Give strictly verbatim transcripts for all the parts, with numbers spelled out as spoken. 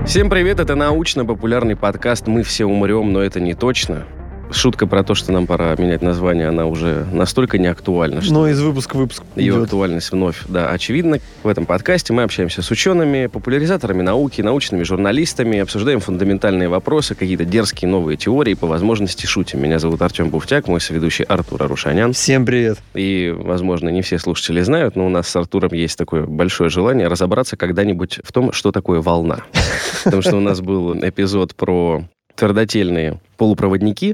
Всем привет, это научно-популярный подкаст «Мы все умрем, но это не точно». Шутка про то, что нам пора менять название, она уже настолько не актуальна, что но из выпуска в выпуск ее идет. актуальность вновь, да, очевидна. В этом подкасте мы общаемся с учеными, популяризаторами науки, научными журналистами, обсуждаем фундаментальные вопросы, какие-то дерзкие новые теории, по возможности шутим. Меня зовут Артем Буфтяк, мой соведущий Артур Арушанян. Всем привет. И, возможно, не все слушатели знают, но у нас с Артуром есть такое большое желание разобраться когда-нибудь в том, что такое волна. Потому что у нас был эпизод про твердотельные полупроводники.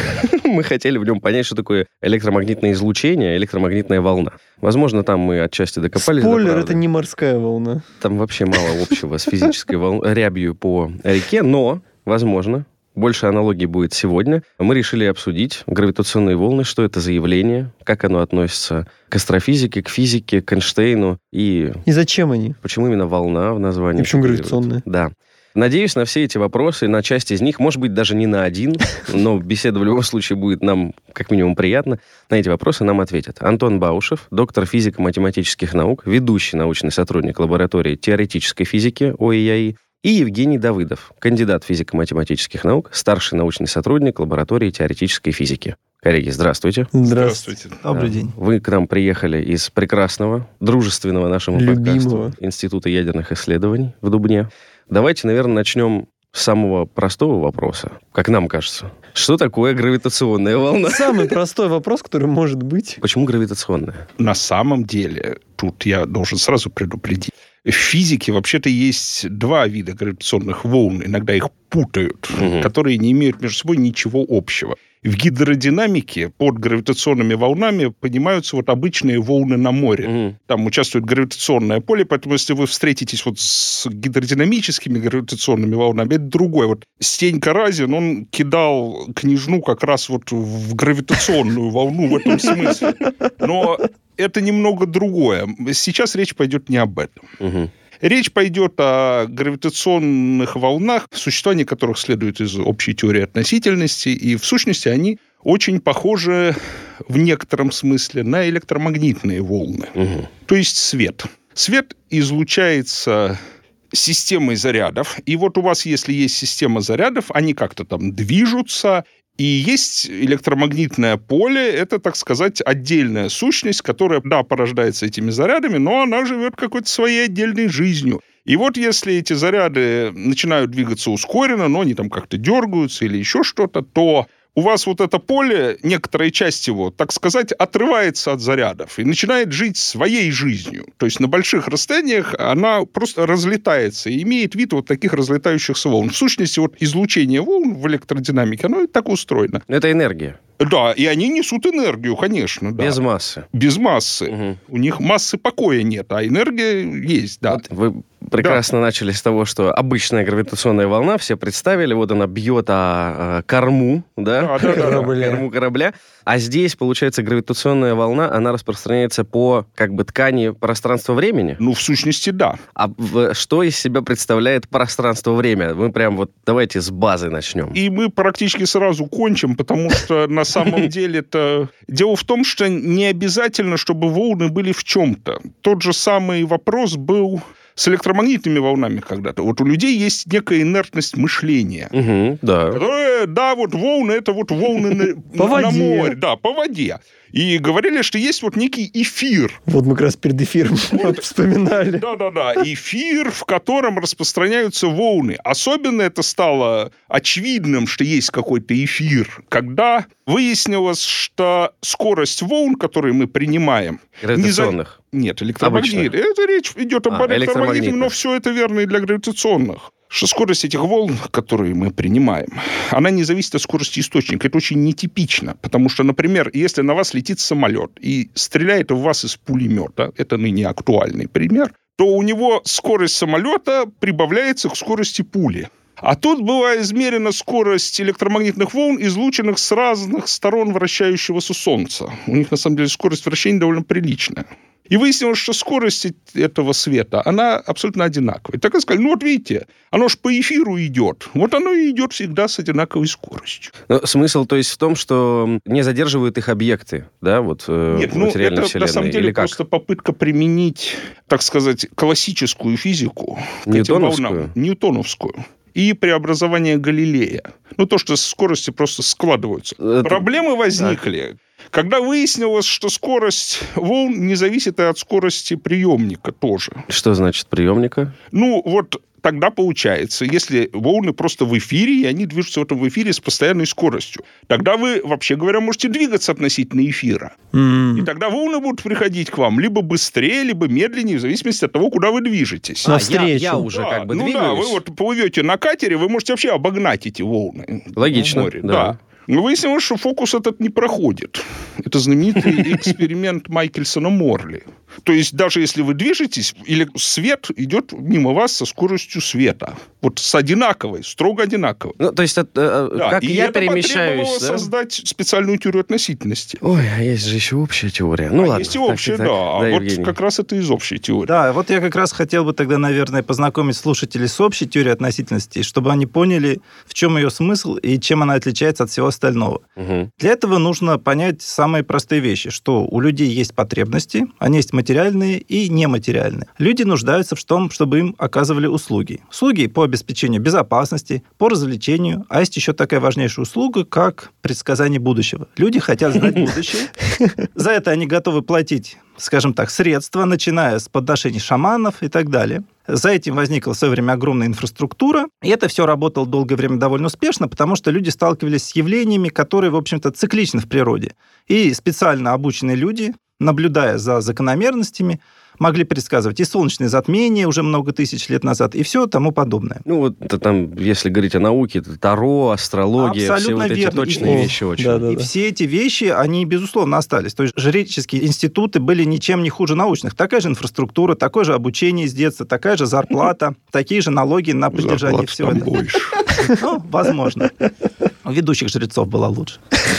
Мы хотели в нем понять, что такое электромагнитное излучение, электромагнитная волна. Возможно, там мы отчасти докопались. Спойлер, это не морская волна. Там вообще мало общего с физической вол... рябью по реке, но, возможно, больше аналогий будет сегодня. Мы решили обсудить гравитационные волны, что это за явление, как оно относится к астрофизике, к физике, к Эйнштейну и... И зачем они? Почему именно волна в названии? И почему гравитационная? Да. Надеюсь на все эти вопросы, на часть из них, может быть, даже не на один, но беседа в любом случае будет нам, как минимум, приятна. На эти вопросы нам ответят Антон Баушев, доктор физико-математических наук, ведущий научный сотрудник лаборатории теоретической физики ОИАИ, и Евгений Давыдов, кандидат физико-математических наук, старший научный сотрудник лаборатории теоретической физики. Коллеги, здравствуйте. Здравствуйте. Добрый день. Вы к нам приехали из прекрасного, дружественного нашему любимого подкасту Института ядерных исследований в Дубне. Давайте, наверное, начнем с самого простого вопроса, как нам кажется. Что такое гравитационная волна? Самый простой вопрос, который может быть. Почему гравитационная? На самом деле, тут я должен сразу предупредить. В физике вообще-то есть два вида гравитационных волн. Иногда их путают, угу. которые не имеют между собой ничего общего. В гидродинамике под гравитационными волнами понимаются вот обычные волны на море. Mm. Там участвует гравитационное поле, поэтому если вы встретитесь вот с гидродинамическими гравитационными волнами, это другое. Вот Стенька Разин, он кидал княжну как раз вот в гравитационную волну в этом смысле. Но это немного другое. Сейчас речь пойдет не об этом. Mm-hmm. Речь пойдет о гравитационных волнах, существование которых следует из общей теории относительности, и в сущности они очень похожи в некотором смысле на электромагнитные волны, угу. то есть свет. Свет излучается системой зарядов, и вот у вас, если есть система зарядов, они как-то там движутся. И есть электромагнитное поле, это, так сказать, отдельная сущность, которая, да, порождается этими зарядами, но она живет какой-то своей отдельной жизнью. И вот если эти заряды начинают двигаться ускоренно, но они там как-то дергаются или еще что-то, то у вас вот это поле, некоторая часть его, так сказать, отрывается от зарядов и начинает жить своей жизнью. То есть на больших расстояниях она просто разлетается и имеет вид вот таких разлетающихся волн. В сущности, вот излучение волн в электродинамике, оно так устроено. Это энергия. Да, и они несут энергию, конечно. Да. Без массы. Без массы. Угу. У них массы покоя нет, а энергия есть, да. Вот вы прекрасно да. начали с того, что обычная гравитационная волна, все представили, вот она бьет о, о корму, да, да, да, да, корабля. корму корабля, а здесь, получается, гравитационная волна, она распространяется по, как бы, ткани пространства-времени? Ну, в сущности, да. А в, что из себя представляет пространство-время? Мы прям вот давайте с базы начнем. И мы практически сразу кончим, потому что на самом деле это... Дело в том, что не обязательно, чтобы волны были в чем-то. Тот же самый вопрос был с электромагнитными волнами когда-то. Вот у людей есть некая инертность мышления. Угу, да. Которая, да, вот волны, это вот волны на море. Да, по воде. И говорили, что есть вот некий эфир. Вот мы как раз перед эфиром вот вспоминали. Да-да-да. Эфир, в котором распространяются волны. Особенно это стало очевидным, что есть какой-то эфир, когда выяснилось, что скорость волн, которые мы принимаем... Гравитационных? Не за... Нет, электромагнитных. Это речь идет об а, электромагнитных, но все это верно и для гравитационных. Что скорость этих волн, которые мы принимаем, она не зависит от скорости источника. Это очень нетипично, потому что, например, если на вас летит самолет и стреляет в вас из пулемета, это ныне актуальный пример, то у него скорость самолета прибавляется к скорости пули. А тут была измерена скорость электромагнитных волн, излученных с разных сторон вращающегося Солнца. У них, на самом деле, скорость вращения довольно приличная. И выяснилось, что скорость этого света, она абсолютно одинаковая. Так и сказали, ну вот видите, оно же по эфиру идет. Вот оно и идет всегда с одинаковой скоростью. Но смысл, то есть, в том, что не задерживают их объекты, да, вот Нет, в ну материальной это вселенной? на самом деле Или как? просто попытка применить, так сказать, классическую физику. Ньютоновскую? Ньютоновскую. И преобразование Галилея. Ну, то, что скорости просто складываются. Это... Проблемы возникли, так. когда выяснилось, что скорость волн не зависит и от скорости приемника тоже. Что значит приемника? Ну, вот тогда получается, если волны просто в эфире, и они движутся в этом эфире с постоянной скоростью, тогда вы, вообще говоря, можете двигаться относительно эфира. Mm. И тогда волны будут приходить к вам либо быстрее, либо медленнее, в зависимости от того, куда вы движетесь. А, я, я уже да, как бы ну двигаюсь. Да, вы вот плывете на катере, вы можете вообще обогнать эти волны. Логично, море. да. да. Но выяснилось, что фокус этот не проходит. Это знаменитый эксперимент Майкельсона-Морли. То есть даже если вы движетесь, или свет идет мимо вас со скоростью света. Вот с одинаковой, строго одинаковой. Ну, то есть, это, да, как и я это перемещаюсь... потребовало да? создать специальную теорию относительности. Ой, а есть же еще общая теория. Ну а ладно. Есть и общая, так, да. так, А да, вот Евгений. как раз это из общей теории. Да, вот я как раз хотел бы тогда, наверное, познакомить слушателей с общей теорией относительности, чтобы они поняли, в чем ее смысл и чем она отличается от всего остального. Угу. Для этого нужно понять самые простые вещи, что у людей есть потребности, они есть материальные и нематериальные. Люди нуждаются в том, чтобы им оказывали услуги. Услуги по обеспечению безопасности, по развлечению, а есть еще такая важнейшая услуга, как предсказание будущего. Люди хотят знать будущее. За это они готовы платить, скажем так, средства, начиная с подношений шаманов и так далее. За этим возникла в свое время огромная инфраструктура, и это все работало долгое время довольно успешно, потому что люди сталкивались с явлениями, которые, в общем-то, цикличны в природе. И специально обученные люди, наблюдая за закономерностями, могли предсказывать и солнечные затмения уже много тысяч лет назад, и все тому подобное. Ну, вот это там, если говорить о науке, это Таро, астрология, абсолютно все вот верно. эти точные И, вещи очень. Да, да, и да. все эти вещи, они, безусловно, остались. То есть жреческие институты были ничем не хуже научных. Такая же инфраструктура, такое же обучение с детства, такая же зарплата, такие же налоги на поддержание всего там этого. больше. Ну, возможно. У ведущих жрецов было лучше.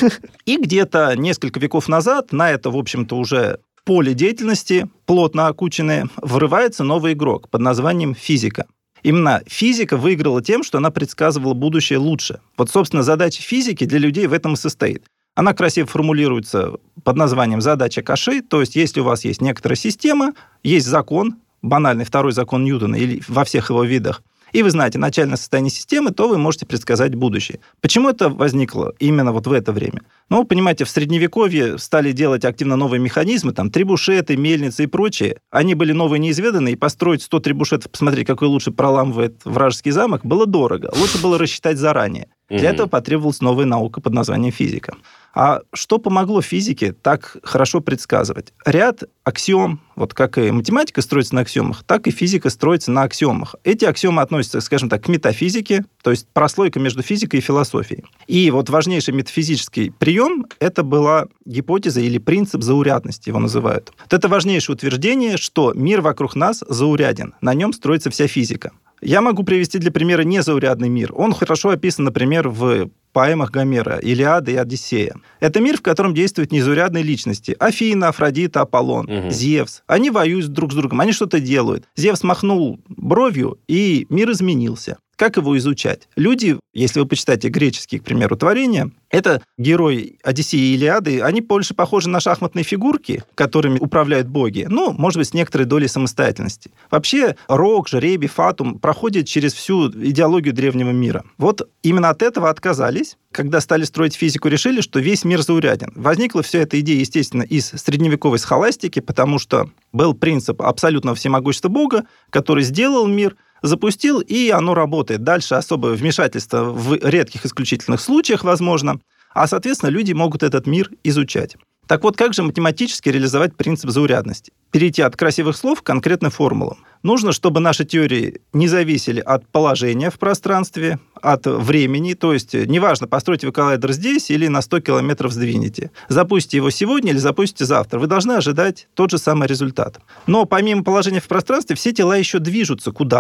И где-то несколько веков назад на это, в общем-то, уже поле деятельности, плотно окученное, врывается новый игрок под названием физика. Именно физика выиграла тем, что она предсказывала будущее лучше. Вот, собственно, задача физики для людей в этом и состоит. Она красиво формулируется под названием «задача Коши», то есть если у вас есть некоторая система, есть закон, банальный второй закон Ньютона или во всех его видах, и вы знаете начальное состояние системы, то вы можете предсказать будущее. Почему это возникло именно вот в это время? Ну, понимаете, в Средневековье стали делать активно новые механизмы, там, трибушеты, мельницы и прочее. Они были новые, неизведанные, и построить сто трибушетов, посмотреть, какой лучше проламывает вражеский замок, было дорого. Лучше было рассчитать заранее. Для этого потребовалась новая наука под названием физика. А что помогло физике так хорошо предсказывать? Ряд аксиом, вот как и математика строится на аксиомах, так и физика строится на аксиомах. Эти аксиомы относятся, скажем так, к метафизике, то есть прослойка между физикой и философией. И вот важнейший метафизический прием – это была гипотеза или принцип заурядности, его называют. Вот это важнейшее утверждение, что мир вокруг нас зауряден, на нем строится вся физика. Я могу привести для примера незаурядный мир. Он хорошо описан, например, в поэмах Гомера «Илиада» и «Одиссея». Это мир, в котором действуют незаурядные личности. Афина, Афродита, Аполлон, угу. Зевс. Они воюют друг с другом, они что-то делают. Зевс махнул бровью, и мир изменился. Как его изучать? Люди, если вы почитаете греческие, к примеру, творения, это герои Одиссеи и Илиады, они больше похожи на шахматные фигурки, которыми управляют боги, ну, может быть, с некоторой долей самостоятельности. Вообще, рок, жребий, фатум проходят через всю идеологию древнего мира. Вот именно от этого отказались. Когда стали строить физику, решили, что весь мир зауряден. Возникла вся эта идея, естественно, из средневековой схоластики, потому что был принцип абсолютного всемогущества Бога, который сделал мир, запустил, и оно работает. Дальше особое вмешательство в редких исключительных случаях возможно, а, соответственно, люди могут этот мир изучать. Так вот, как же математически реализовать принцип заурядности? Перейти от красивых слов к конкретным формулам. Нужно, чтобы наши теории не зависели от положения в пространстве, от времени, то есть неважно, построите вы коллайдер здесь или на сто километров сдвинете. Запустите его сегодня или запустите завтра. Вы должны ожидать тот же самый результат. Но помимо положения в пространстве, все тела еще движутся куда-то.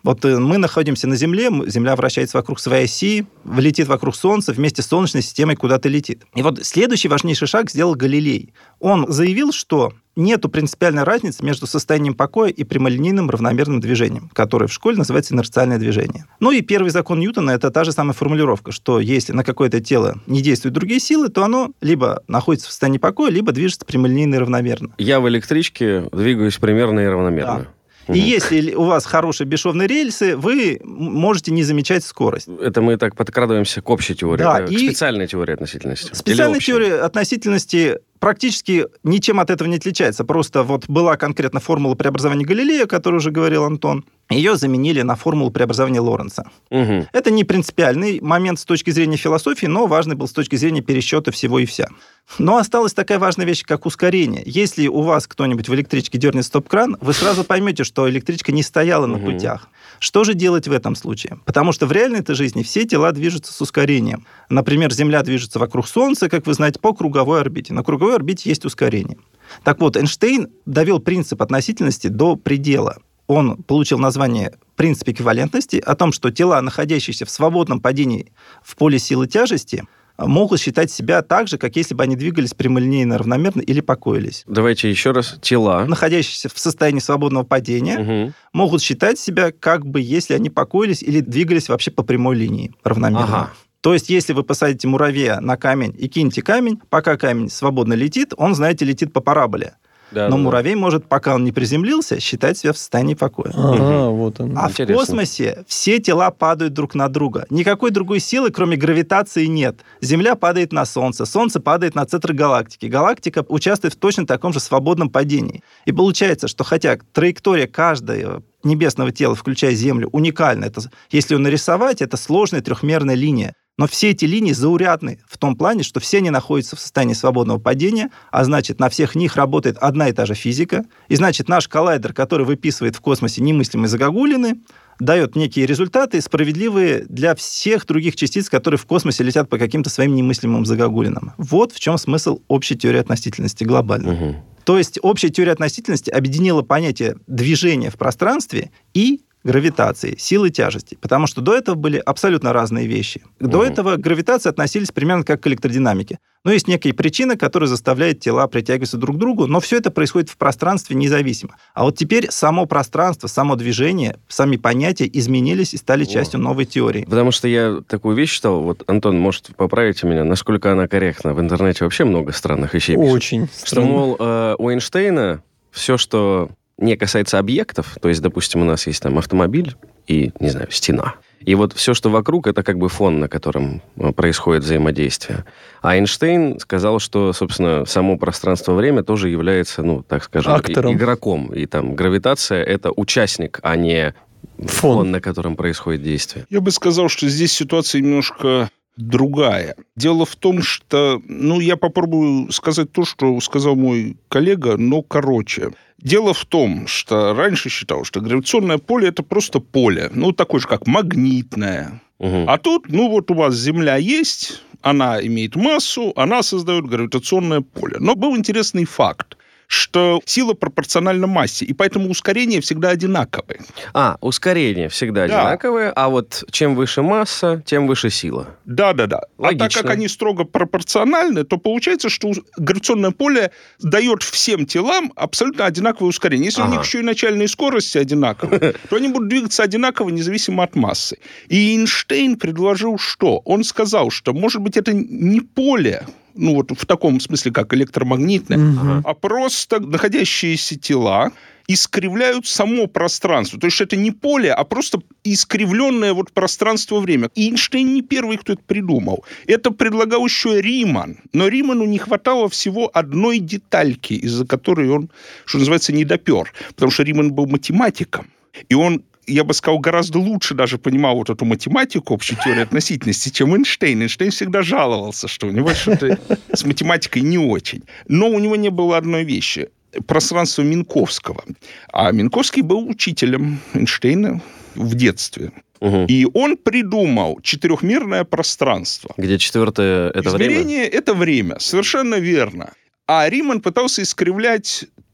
Вот мы находимся на Земле, Земля вращается вокруг своей оси, летит вокруг Солнца, вместе с Солнечной системой куда-то летит. И вот следующий важнейший шаг сделал Галилей. Он заявил, что нету принципиальной разницы между состоянием покоя и прямолинейным равномерным движением, которое в школе называется инерциальное движение. Ну и первый закон Ньютона — это та же самая формулировка, что если на какое-то тело не действуют другие силы, то оно либо находится в состоянии покоя, либо движется прямолинейно и равномерно. Я в электричке двигаюсь примерно и равномерно. Да. И если у вас хорошие бесшовные рельсы, вы можете не замечать скорость. Это мы так подкрадываемся к общей теории, да, к и специальной теории относительности. Специальная теория относительности практически ничем от этого не отличается. Просто вот была конкретно формула преобразования Галилея, о которой уже говорил Антон. Ее заменили на формулу преобразования Лоренца. Угу. Это не принципиальный момент с точки зрения философии, но важный был с точки зрения пересчета всего и вся. Но осталась такая важная вещь, как ускорение. Если у вас кто-нибудь в электричке дернет стоп-кран, вы сразу поймете, что электричка не стояла на угу. путях. Что же делать в этом случае? Потому что в реальной-то жизни все тела движутся с ускорением. Например, Земля движется вокруг Солнца, как вы знаете, по круговой орбите. На круговой орбите есть ускорение. Так вот, Эйнштейн довел принцип относительности до предела. Он получил название «принцип эквивалентности» о том, что тела, находящиеся в свободном падении в поле силы тяжести, могут считать себя так же, как если бы они двигались прямолинейно, равномерно или покоились. Давайте еще раз. Тела, находящиеся в состоянии свободного падения, угу. могут считать себя как бы, если они покоились или двигались вообще по прямой линии равномерно. Ага. То есть, если вы посадите муравья на камень и кинете камень, пока камень свободно летит, он, знаете, летит по параболе. Да, Но да, муравей может, пока он не приземлился, считать себя в состоянии покоя. Ага, вот он. А Интересно. в космосе все тела падают друг на друга. Никакой другой силы, кроме гравитации, нет. Земля падает на Солнце, Солнце падает на центр галактики. Галактика участвует в точно таком же свободном падении. И получается, что хотя траектория каждого небесного тела, включая Землю, уникальна, это, если ее нарисовать, это сложная трехмерная линия. Но все эти линии заурядны в том плане, что все они находятся в состоянии свободного падения, а значит, на всех них работает одна и та же физика. И значит, наш коллайдер, который выписывает в космосе немыслимые загогулины, дает некие результаты, справедливые для всех других частиц, которые в космосе летят по каким-то своим немыслимым загогулинам. Вот в чем смысл общей теории относительности глобально. Угу. То есть общая теория относительности объединила понятие движения в пространстве и гравитации, силы тяжести. Потому что до этого были абсолютно разные вещи. До Угу. этого к гравитации относились примерно как к электродинамике. Но есть некая причина, которая заставляет тела притягиваться друг к другу, но все это происходит в пространстве независимо. А вот теперь само пространство, само движение, сами понятия изменились и стали частью новой теории. Потому что я такую вещь читал, вот, Антон, может, поправите меня, насколько она корректна. В интернете вообще много странных вещей пишут. Очень Что, странно. мол, э, у Эйнштейна все, что не касается объектов, то есть, допустим, у нас есть там автомобиль и, не знаю, стена. И вот все, что вокруг, это как бы фон, на котором происходит взаимодействие. А Эйнштейн сказал, что, собственно, само пространство-время тоже является, ну, так скажем, Актором. и- игроком. И там гравитация — это участник, а не фон, Фон. на котором происходит действие. Я бы сказал, что здесь ситуация немножко другая. Дело в том, что... Ну, я попробую сказать то, что сказал мой коллега, но короче. Дело в том, что раньше считал, что гравитационное поле – это просто поле. Ну, такое же, как магнитное. Угу. А тут, ну, вот у вас Земля есть, она имеет массу, она создает гравитационное поле. Но был интересный факт, что сила пропорциональна массе, и поэтому ускорение всегда одинаковое. А, ускорение всегда Да. одинаковое, а вот чем выше масса, тем выше сила. Да-да-да. А Логично. так как они строго пропорциональны, то получается, что гравитационное поле дает всем телам абсолютно одинаковое ускорение. Если Ага. у них еще и начальные скорости одинаковые, то они будут двигаться одинаково, независимо от массы. И Эйнштейн предложил что? Он сказал, что, может быть, это не поле, ну вот в таком смысле, как электромагнитное, Мгм. а просто находящиеся тела искривляют само пространство. То есть это не поле, а просто искривленное вот пространство-время. И Эйнштейн не первый, кто это придумал. Это предлагал еще Риман. Но Риману не хватало всего одной детальки, из-за которой он, что называется, не допер. Потому что Риман был математиком. И он, я бы сказал, гораздо лучше даже понимал вот эту математику, общую теорию относительности, чем Эйнштейн. Эйнштейн всегда жаловался, что у него что-то с математикой не очень. Но у него не было одной вещи – пространство Минковского. А Минковский был учителем Эйнштейна в детстве. Угу. И он придумал четырехмерное пространство. Где четвертое — это время? Измерение – это время, совершенно верно. А Риман пытался искривлять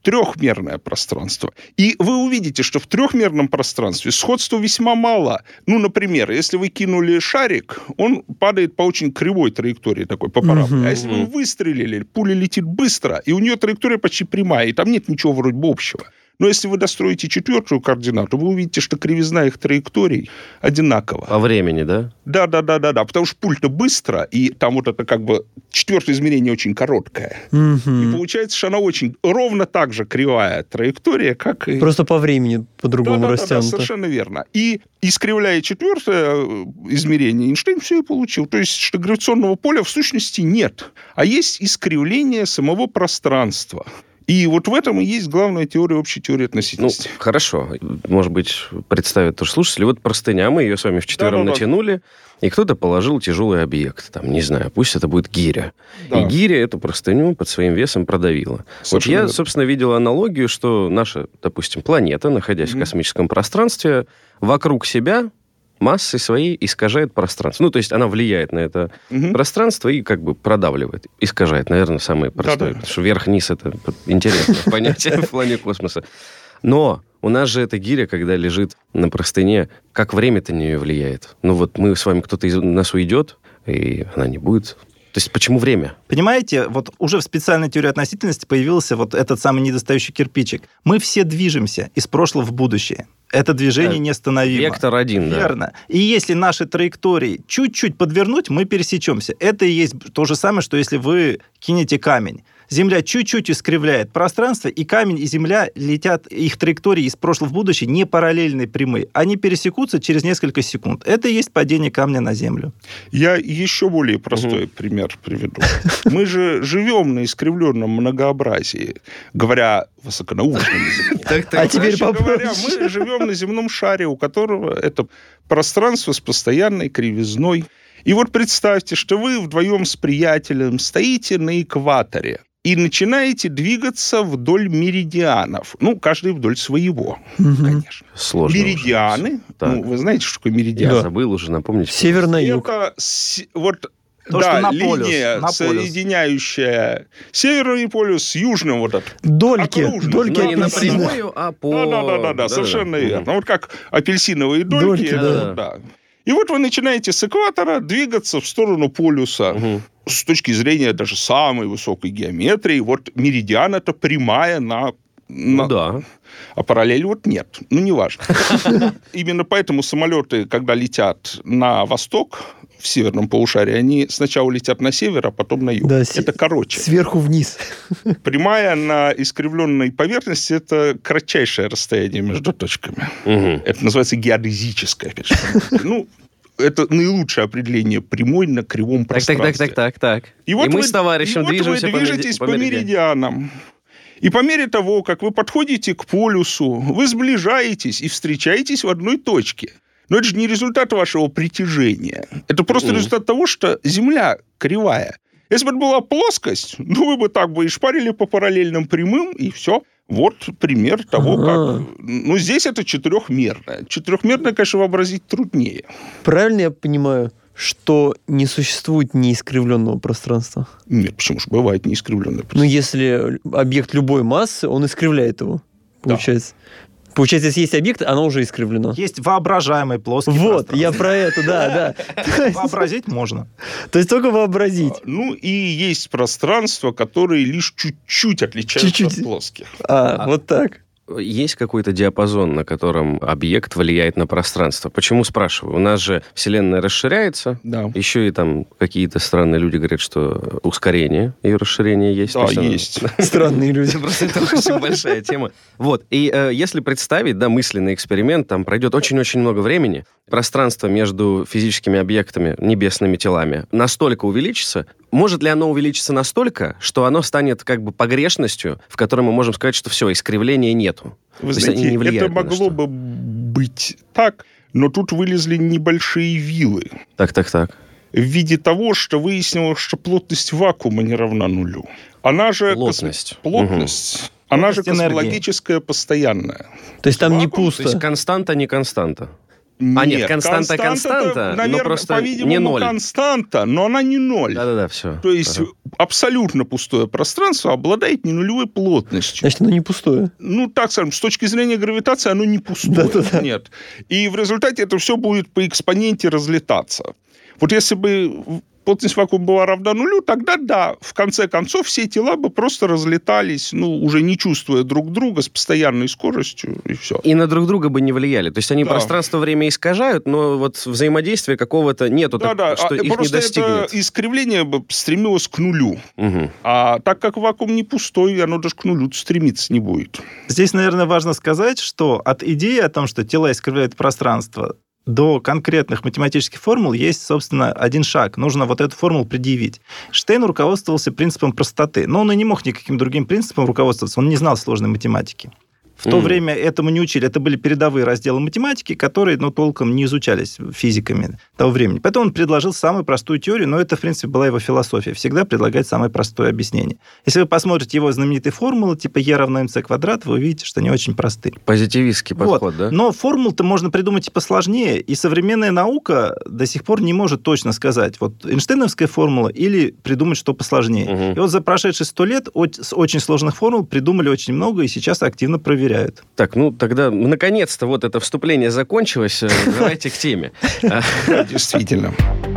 трехмерное пространство. И вы увидите, что в трехмерном пространстве сходства весьма мало. Ну, например, если вы кинули шарик, он падает по очень кривой траектории, такой по параболе. Uh-huh. А если вы выстрелили, пуля летит быстро, и у нее траектория почти прямая, и там нет ничего вроде бы общего. Но если вы достроите четвертую координату, вы увидите, что кривизна их траекторий одинакова. По времени, да? Да, да, да, да, да. Потому что пульт-то быстро, и там вот это как бы четвертое измерение очень короткое. Угу. И получается, что она очень ровно так же кривая траектория, как и... Просто по времени по-другому да, да, растянуто. Да, да, совершенно верно. И искривляя четвертое измерение, Эйнштейн все и получил. То есть, что гравитационного поля в сущности нет, а есть искривление самого пространства. И вот в этом и есть главная теория, общей теории относительности. Ну, хорошо. Может быть, представят тоже слушатели. Вот простыня, мы ее с вами вчетвером да, да, натянули, да. И кто-то положил тяжелый объект. Там, не знаю, пусть это будет гиря. Да. И гиря эту простыню под своим весом продавила. Совершенно вот я, верно. Собственно, видел аналогию, что наша, допустим, планета, находясь mm-hmm. в космическом пространстве, вокруг себя... массой своей искажает пространство. Ну, то есть она влияет на это угу. пространство и как бы продавливает. Искажает, наверное, самое простое. Да-да. Потому что вверх-вниз — это интересное понятие в плане космоса. Но у нас же эта гиря, когда лежит на простыне, как время-то на нее влияет? Ну, вот мы с вами, кто-то из нас уйдет, и она не будет... То есть почему время? Понимаете, вот уже в специальной теории относительности появился вот этот самый недостающий кирпичик. Мы все движемся из прошлого в будущее. Это движение да. неостановимо. Вектор один, да. Верно. И если наши траектории чуть-чуть подвернуть, мы пересечемся. Это и есть то же самое, что если вы кинете камень. Земля чуть-чуть искривляет пространство, и камень и Земля летят, их траектории из прошлого в будущее не параллельные прямые. Они пересекутся через несколько секунд. Это и есть падение камня на Землю. Я еще более простой угу. пример приведу. Мы же живем на искривленном многообразии, говоря высоконаучным языком. А теперь говоря, мы живем на земном шаре, у которого это пространство с постоянной кривизной. И вот представьте, что вы вдвоем с приятелем стоите на экваторе и начинаете двигаться вдоль меридианов. Ну, каждый вдоль своего, угу. конечно. Сложно. Меридианы. Ну, вы знаете, что такое меридиан? Я забыл уже, напомните. Север-юг. Это с, вот, То, да, на линия, полюс, на соединяющая северный полюс с южным. Вот этот, дольки. Дольки не напрямую, а по... Да-да-да, совершенно да, верно. Да. Вот как апельсиновые дольки. Дольки, да. да. И вот вы начинаете с экватора двигаться в сторону полюса. Угу. С точки зрения даже самой высокой геометрии, вот меридиан – это прямая на... на... Ну, да. А параллель вот нет. Ну, неважно. Именно поэтому самолеты, когда летят на восток, в северном полушарии, они сначала летят на север, а потом на юг. Да, это короче. Сверху вниз. Прямая на искривленной поверхности – это кратчайшее расстояние между точками. Угу. Это называется геодезическое. Ну, это наилучшее определение прямой на кривом пространстве. Так, так, так, так, так. И, вот и мы вы, с товарищем движемся вот вы движетесь по, по меридианам. И по мере того, как вы подходите к полюсу, вы сближаетесь и встречаетесь в одной точке. Но это же не результат вашего притяжения. Это просто mm. результат того, что Земля кривая. Если бы это была плоскость, ну, вы бы так бы и шпарили по параллельным прямым, и все. Вот пример того, ага. как... Ну, здесь это четырехмерное. Четырехмерное, конечно, вообразить труднее. Правильно я понимаю, что не существует неискривленного пространства? Нет, почему же бывает неискривленное пространство? Ну, если объект любой массы, он искривляет его, получается. Да. Получается, если есть объект, оно уже искривлено. Есть воображаемый плоский Вот, пространство. я про это, да, да. Вообразить можно. То есть только вообразить. Ну, и есть пространства, которые лишь чуть-чуть отличаются от плоских. А, вот так. Есть какой-то диапазон, на котором объект влияет на пространство? Почему, спрашиваю? У нас же Вселенная расширяется. Да. Еще и там какие-то странные люди говорят, что ускорение ее расширения есть. Да, есть. Странные люди. Просто это очень большая тема. Вот. И э, если представить, да, мысленный эксперимент, там пройдет очень-очень много времени, пространство между физическими объектами, небесными телами, настолько увеличится. Может ли оно увеличиться настолько, что оно станет как бы погрешностью, в которой мы можем сказать, что все, искривления нету? Вы знаете, это могло бы быть так, но тут вылезли небольшие вилы. Так, так, так. В виде того, что выяснилось, что плотность вакуума не равна нулю. Она же... Плотность. Кос... Плотность. Угу. Она же космологическая, постоянная. То есть там Вакуум, не пусто. То есть константа, не константа. А нет, константа константа, наверное, но просто по-видимому, не ноль. константа, но она не ноль. Да-да-да, все. То есть ага. абсолютно пустое пространство обладает не нулевой плотностью. Значит, оно не пустое. Ну, так скажем, с точки зрения гравитации оно не пустое. Да-да-да. Нет. И в результате это все будет по экспоненте разлетаться. Вот если бы плотность вакуума была равна нулю, тогда да, в конце концов все тела бы просто разлетались, ну, уже не чувствуя друг друга, с постоянной скоростью, и все. И на друг друга бы не влияли. То есть они да. пространство-время искажают, но вот взаимодействия какого-то нету, да, так, да. что а, их не достигнет. Это искривление бы стремилось к нулю. Угу. А так как вакуум не пустой, оно даже к нулю стремиться не будет. Здесь, наверное, важно сказать, что от идеи о том, что тела искривляют пространство, до конкретных математических формул есть, собственно, один шаг. Нужно вот эту формулу предъявить. Штейн руководствовался принципом простоты, но он и не мог никаким другим принципом руководствоваться. Он не знал сложной математики. В то mm. время этому не учили. Это были передовые разделы математики, которые, ну, толком не изучались физиками того времени. Поэтому он предложил самую простую теорию, но это, в принципе, была его философия. Всегда предлагать самое простое объяснение. Если вы посмотрите его знаменитые формулы, типа E равно mc квадрат, вы увидите, что они очень простые. Позитивистский подход, вот. да? Но формул-то можно придумать и посложнее, и современная наука до сих пор не может точно сказать, вот Эйнштейновская формула или придумать что посложнее. Mm-hmm. И вот за прошедшие сто лет с очень сложных формул придумали очень много, и сейчас активно проверяют. Так, ну тогда, наконец-то, вот это вступление закончилось. Давайте к теме. Действительно.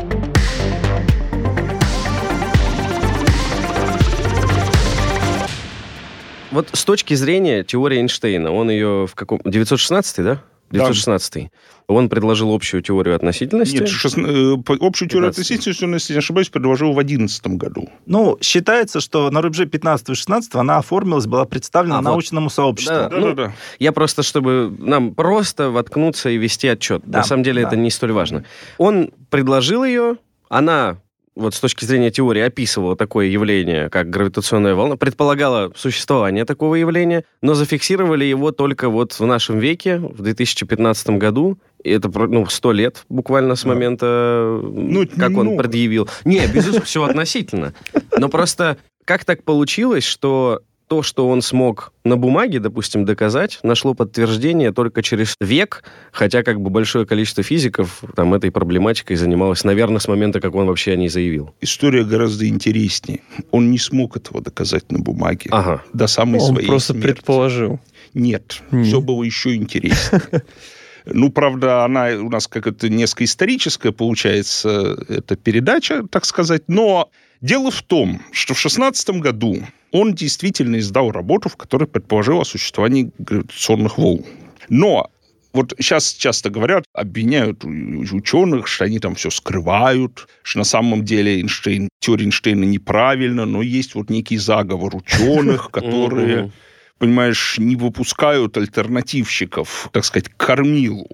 Вот с точки зрения теории Эйнштейна, он ее в каком... девятьсот шестнадцатый, да? девятьсот шестнадцатый. Он предложил общую теорию относительности. Нет, шест... общую теорию относительности, если не ошибаюсь, предложил в одиннадцатом году. Ну, считается, что на рубеже пятнадцатого и шестнадцатого она оформилась, была представлена а, научному вот. сообществу. Да, да, ну, да, да. Я просто, чтобы нам просто воткнуться и вести отчет. Да, на самом деле да. это не столь важно. Он предложил ее, она... вот с точки зрения теории описывала такое явление, как гравитационная волна, предполагала существование такого явления, но зафиксировали его только вот в нашем веке, в две тысячи пятнадцатом году. И это, ну, сто лет буквально с момента, ну, как он много. предъявил. Не, безусловно, все относительно. Но просто как так получилось, что то, что он смог на бумаге, допустим, доказать, нашло подтверждение только через век, хотя как бы большое количество физиков там этой проблематикой занималось, наверное, с момента, как он вообще о ней заявил. История гораздо интереснее. Он не смог этого доказать на бумаге ага. до самой он своей просто смерти. предположил. Нет, Нет, все было еще интереснее. Ну, правда, она у нас как-то несколько историческая получается, эта передача, так сказать, но дело в том, что в шестнадцатом году он действительно издал работу, в которой предположил о существовании гравитационных волн. Но вот сейчас часто говорят, обвиняют ученых, что они там все скрывают, что на самом деле Эйнштейн, теория Эйнштейна неправильна, но есть вот некий заговор ученых, которые... понимаешь, не выпускают альтернативщиков, так сказать, к кормилу.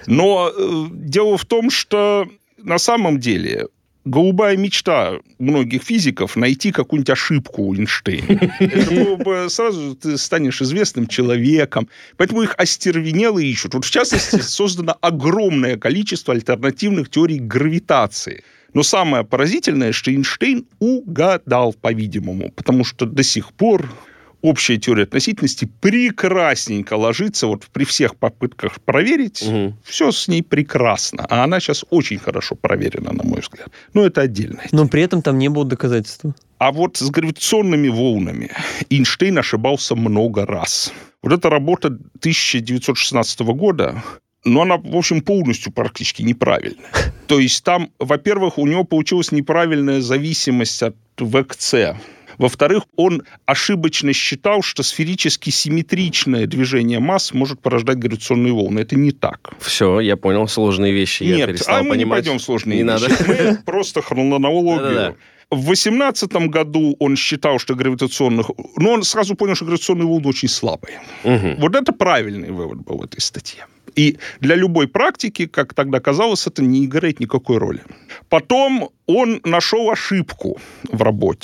Но э, дело в том, что на самом деле голубая мечта многих физиков найти какую-нибудь ошибку у Эйнштейна. Это было бы сразу ты станешь известным человеком. Поэтому их остервенело ищут. Вот в частности, создано огромное количество альтернативных теорий гравитации. Но самое поразительное, что Эйнштейн угадал, по-видимому, потому что до сих пор общая теория относительности прекрасненько ложится, вот при всех попытках проверить, угу. все с ней прекрасно. А она сейчас очень хорошо проверена, на мой взгляд. Но это отдельно. Но при этом там не было доказательства. А вот с гравитационными волнами Эйнштейн ошибался много раз. Вот эта работа тысяча девятьсот шестнадцатого года, но она, в общем, полностью практически неправильная. То есть там, во-первых, у него получилась неправильная зависимость от ВКЦ. Во-вторых, он ошибочно считал, что сферически симметричное движение масс может порождать гравитационные волны. Это не так. Все, я понял, сложные вещи. Нет, я перестал а мы понимать. не пойдем в сложные не вещи. Надо. Мы просто хронологию. Да-да-да. В восемнадцатом году он считал, что гравитационных... Но он сразу понял, что гравитационные волны очень слабые. Угу. Вот это правильный вывод был в этой статье. И для любой практики, как тогда казалось, это не играет никакой роли. Потом он нашел ошибку в работе.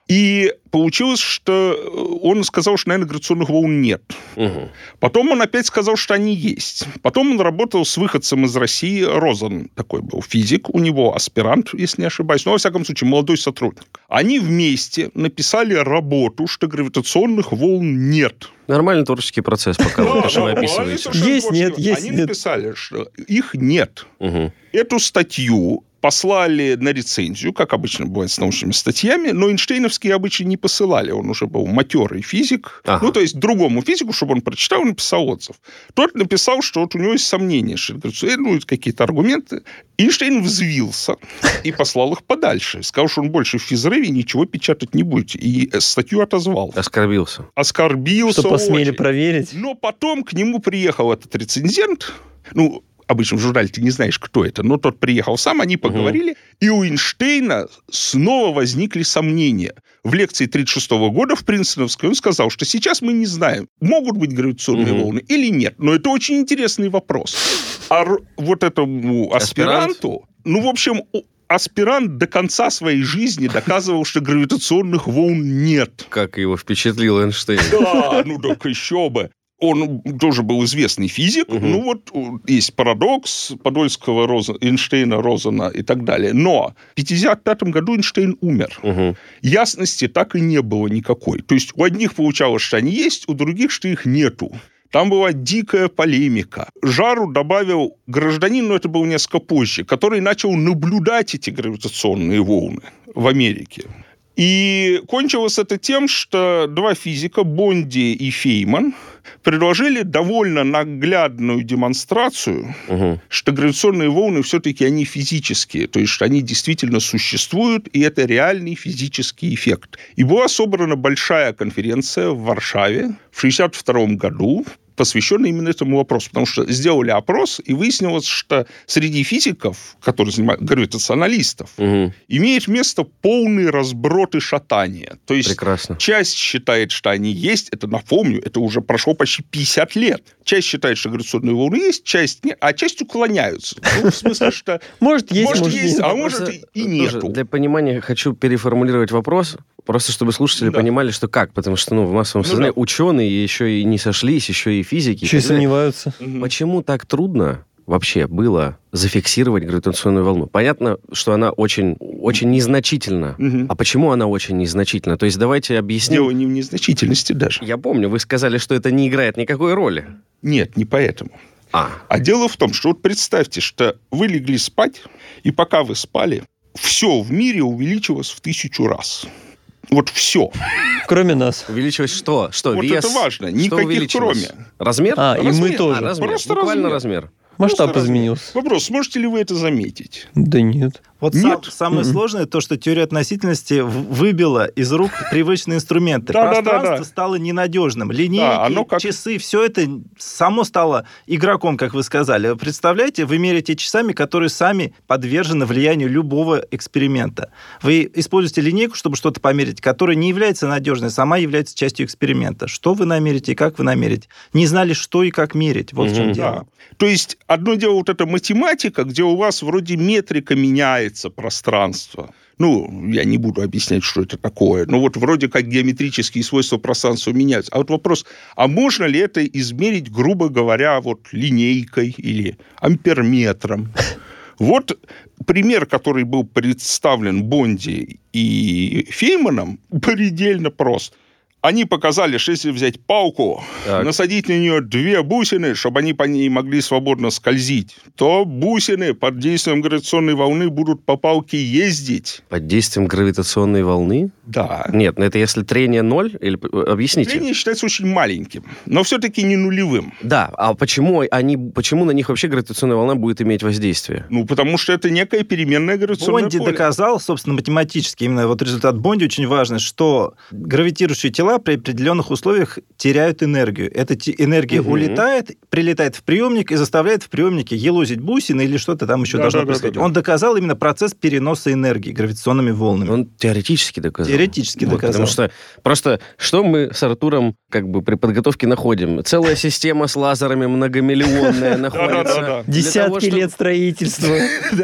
И получилось, что он сказал, что, наверное, гравитационных волн нет. Угу. Потом он опять сказал, что они есть. Потом он работал с выходцем из России, Розен такой был физик, у него аспирант, если не ошибаюсь, но, во всяком случае, молодой сотрудник. Они вместе написали работу, что гравитационных волн нет. Нормальный творческий процесс, пока вы то, что вы описываете. Есть, нет, есть, Они нет. написали, что их нет. Угу. Эту статью послали на рецензию, как обычно бывает с научными статьями, но Эйнштейновские обычно не посылали. Он уже был матерый физик. Ага. Ну, то есть другому физику, чтобы он прочитал, написал отзыв. Тот написал, что вот у него есть сомнения, что ну, какие-то аргументы. Эйнштейн взвился и послал их подальше. Сказал, что он больше в физреве ничего печатать не будет. И статью отозвал. Оскорбился. Оскорбился Что посмели очень. проверить. Но потом к нему приехал этот рецензент. Ну, обычно в журнале ты не знаешь, кто это, но тот приехал сам, они поговорили, угу. и у Эйнштейна снова возникли сомнения. В лекции тридцать шестого года в Принстоновской он сказал, что сейчас мы не знаем, могут быть гравитационные угу. волны или нет. Но это очень интересный вопрос. А вот этому аспиранту, Аспирант? ну, в общем... Аспирант до конца своей жизни доказывал, что гравитационных волн нет. Как его впечатлил Эйнштейн. Да, ну так еще бы. Он тоже был известный физик. Угу. Ну вот есть парадокс Подольского, Розен, Эйнштейна, Розена и так далее. Но в пятьдесят пятом году Эйнштейн умер. Угу. Ясности так и не было никакой. То есть у одних получалось, что они есть, у других, что их нету. Там была дикая полемика. Жару добавил гражданин, но это был несколько позже, который начал наблюдать эти гравитационные волны в Америке. И кончилось это тем, что два физика, Бонди и Фейман, предложили довольно наглядную демонстрацию, угу. что гравитационные волны все-таки они физические, то есть что они действительно существуют, и это реальный физический эффект. И была собрана большая конференция в Варшаве в шестьдесят втором году, посвященный именно этому вопросу, потому что сделали опрос, и выяснилось, что среди физиков, которые занимаются, гравитационалистов, угу. имеет место полный разброд и шатание. То есть Прекрасно. Часть считает, что они есть, это, напомню, это уже прошло почти пятьдесят лет. Часть считает, что гравитационные волны есть, часть нет, а часть уклоняются. Ну, в смысле, что... Может, есть, может, может, есть, нет. а может, и нету. Для понимания хочу переформулировать вопрос, просто чтобы слушатели да. понимали, что как, потому что ну, в массовом ну, сознании да. ученые еще и не сошлись, еще и физики. Еще и сомневаются. Почему так трудно вообще было зафиксировать гравитационную волну? Понятно, что она очень, очень незначительна. Угу. А почему она очень незначительна? То есть давайте объясним... Дело не в незначительности даже. Я помню, вы сказали, что это не играет никакой роли. Нет, не поэтому. А, а дело в том, что вот представьте, что вы легли спать, и пока вы спали, все в мире увеличилось в тысячу раз. Вот все. Кроме нас. Увеличилось что? Что, вот вес? Это важно. Никаких кроме. Размер? А, размер. и мы тоже. А, размер. Просто Буквально размер. размер. Масштаб Просто изменился. Размер. Вопрос, сможете ли вы это заметить? Да нет. Вот Нет? сам, самое mm-hmm. сложное то, что теория относительности выбила из рук привычные инструменты. Да, Пространство да, да, да. стало ненадежным. Линейки, да, оно как... часы, все это само стало игроком, как вы сказали. Представляете, вы меряете часами, которые сами подвержены влиянию любого эксперимента. Вы используете линейку, чтобы что-то померить, которая не является надежной, сама является частью эксперимента. Что вы намерите и как вы намерите? Не знали, что и как мерить. Вот mm-hmm. в чем дело. Да. То есть одно дело вот эта математика, где у вас вроде метрика меняется пространство. Ну, я не буду объяснять, что это такое. Но вот вроде как геометрические свойства пространства меняются. А вот вопрос, а можно ли это измерить, грубо говоря, вот линейкой или амперметром? Вот пример, который был представлен Бонди и Фейманом, предельно прост. Они показали, что если взять палку, так. насадить на нее две бусины, чтобы они по ней могли свободно скользить, то бусины под действием гравитационной волны будут по палке ездить. Под действием гравитационной волны? Да. Нет, ну это если трение ноль? Или объясните. Трение считается очень маленьким, но все-таки не нулевым. Да, а почему, они, почему на них вообще гравитационная волна будет иметь воздействие? Ну, потому что это некая переменная гравитационная Бонди поле. доказал, собственно, математически, именно вот результат Бонди очень важный, что гравитирующие тела провода при определенных условиях теряют энергию. Эта энергия угу. улетает, прилетает в приемник и заставляет в приемнике елозить бусины или что-то там еще да, должно да, происходить. Да, да, да. Он доказал именно процесс переноса энергии гравитационными волнами. Он теоретически доказал. Теоретически вот, доказал. Потому что просто что мы с Артуром как бы при подготовке находим? Целая система с лазерами многомиллионная находится. Десятки лет строительства.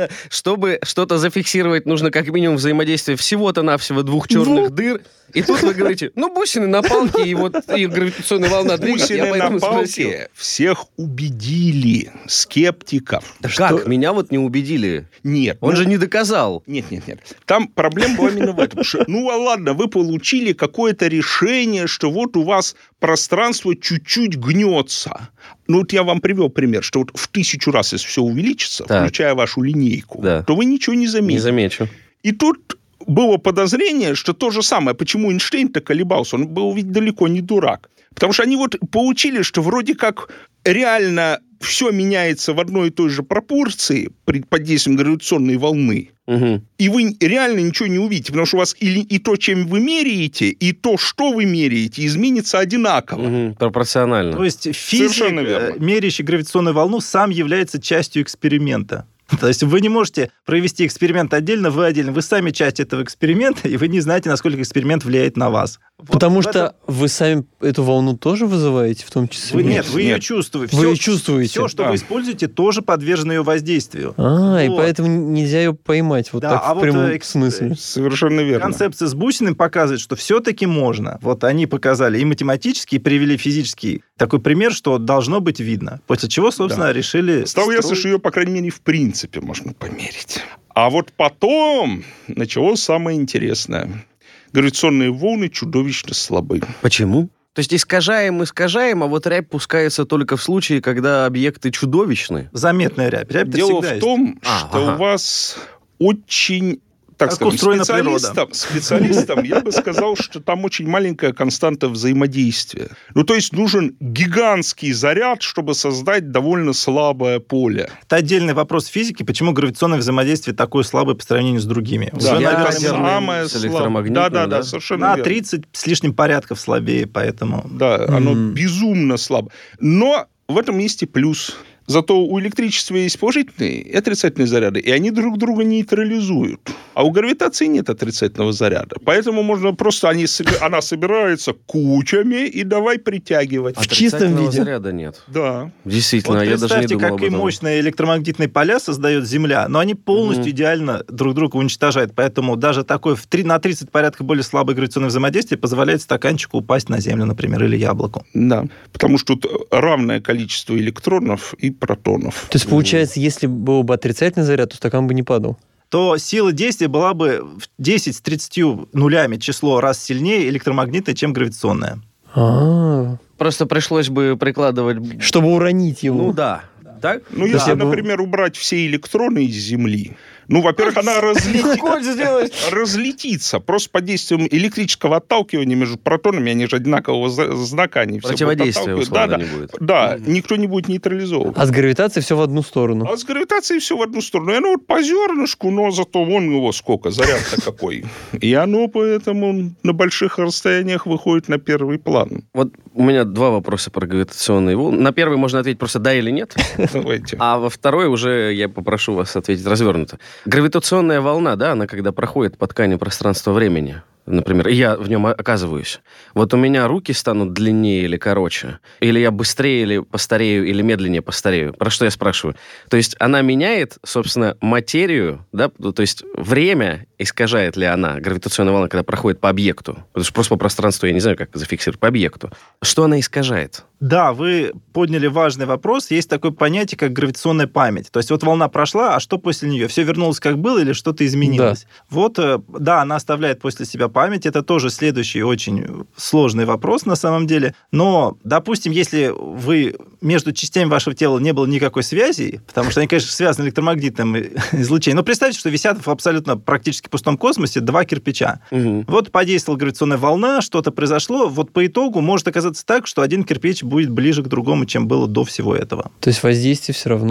Чтобы что-то зафиксировать, нужно как минимум взаимодействие всего-то навсего двух черных дыр. И тут вы говорите, ну, бусины на палке, и вот и гравитационная волна двигается. Бусины на палке всех убедили, скептиков. Да что... Как? Меня вот не убедили. Нет. Он ну... же не доказал. Нет, нет, нет. Там проблема была именно в этом. Что, ну, а ладно, вы получили какое-то решение, что вот у вас пространство чуть-чуть гнется. Ну, вот я вам привел пример, что вот в тысячу раз, если все увеличится, так. включая вашу линейку, да. то вы ничего не заметите. Не замечу. И тут... было подозрение, что то же самое, почему Эйнштейн-то колебался, он был ведь далеко не дурак. Потому что они вот получили, что вроде как реально все меняется в одной и той же пропорции при, под действием гравитационной волны, угу. и вы реально ничего не увидите, потому что у вас и, и то, чем вы меряете, и то, что вы меряете, изменится одинаково. Угу. Пропорционально. То есть физик, мерящий гравитационную волну, сам является частью эксперимента. То есть вы не можете провести эксперимент отдельно, вы отдельно. Вы сами часть этого эксперимента, и вы не знаете, насколько эксперимент влияет на вас. Потому вот что это... вы сами эту волну тоже вызываете, в том числе? Вы, нет, вы нет. ее чувствуете. Вы все, ее чувствуете. Все, что да. вы используете, тоже подвержено ее воздействию. А, вот. И поэтому нельзя ее поймать вот да, так а в прямом вот, смысле. Совершенно верно. Концепция с бусинами показывает, что все-таки можно. Вот они показали и математически, и привели физический такой пример, что должно быть видно. После чего, собственно, да. решили... Стало строить... ясно, что ее, по крайней мере, в принципе можно померить. А вот потом началось самое интересное. Гравитационные волны чудовищно слабы. Почему? То есть искажаем, искажаем, а вот рябь пускается только в случае, когда объекты чудовищны? Заметная рябь. Рябь Дело в том, есть. что а, ага. у вас очень... Так как скажем, устроена специалистам, природа. специалистам я бы сказал, что там очень маленькая константа взаимодействия. Ну, то есть нужен гигантский заряд, чтобы создать довольно слабое поле. Это отдельный вопрос физики, почему гравитационное взаимодействие такое слабое по сравнению с другими. Да, Уже, это наверное, самое слабое. Да, да, да, совершенно на верно. тридцать с лишним порядков слабее, поэтому... Да, оно mm. безумно слабо. Но в этом есть и плюс. Зато у электричества есть положительные и отрицательные заряды, и они друг друга нейтрализуют. А у гравитации нет отрицательного заряда. Поэтому можно просто... Они, она собирается кучами, и давай притягивать. В чистом виде. Заряда нет. Да. Действительно, вот я даже не думал об этом. Представьте, какие мощные электромагнитные поля создает Земля, но они полностью mm-hmm. идеально друг друга уничтожают. Поэтому даже такое в три, на тридцать порядков более слабое гравитационное взаимодействие позволяет стаканчику упасть на Землю, например, или яблоку. Да, потому что тут равное количество электронов и протонов. То есть, получается, если был бы отрицательный заряд, то стакан бы не падал? То сила действия была бы в десять с тридцатью нулями число раз сильнее электромагнитная, чем гравитационная. А-а-а. Просто пришлось бы прикладывать... Чтобы уронить его. Ну да. Так? Ну, да. если, например, убрать все электроны из Земли, ну, во-первых, она разлети... разлетится просто под действием электрического отталкивания между протонами, они же одинакового знака, они все противодействия, условно, да, не да, будет. Да, mm-hmm. никто не будет нейтрализован. А с гравитацией все в одну сторону. А с гравитацией все в одну сторону. И оно вот по зернышку, но зато вон его сколько, заряд-то какой. И оно поэтому на больших расстояниях выходит на первый план. Вот у меня два вопроса про гравитационные волны. На первый можно ответить просто да или нет. Давайте. А во второй уже я попрошу вас ответить развернуто. Гравитационная волна, да, она когда проходит по ткани пространства-времени, например, и я в нем оказываюсь, вот у меня руки станут длиннее или короче, или я быстрее или постарею, или медленнее постарею. Про что я спрашиваю? То есть она меняет, собственно, материю, да, то есть время искажает ли она, гравитационная волна, когда проходит по объекту? Потому что просто по пространству я не знаю, как зафиксировать, по объекту. Что она искажает? Да, вы подняли важный вопрос. Есть такое понятие, как гравитационная память. То есть вот волна прошла, а что после нее? Все вернулось как было или что-то изменилось? Да. Вот, да, она оставляет после себя память. Это тоже следующий очень сложный вопрос на самом деле. Но, допустим, если вы между частями вашего тела не было никакой связи, потому что они, конечно, связаны электромагнитным излучением, но представьте, что висят в абсолютно практически пустом космосе два кирпича. Угу. Вот подействовала гравитационная волна, что-то произошло. Вот по итогу может оказаться так, что один кирпич будет ближе к другому, чем было до всего этого. То есть воздействие все равно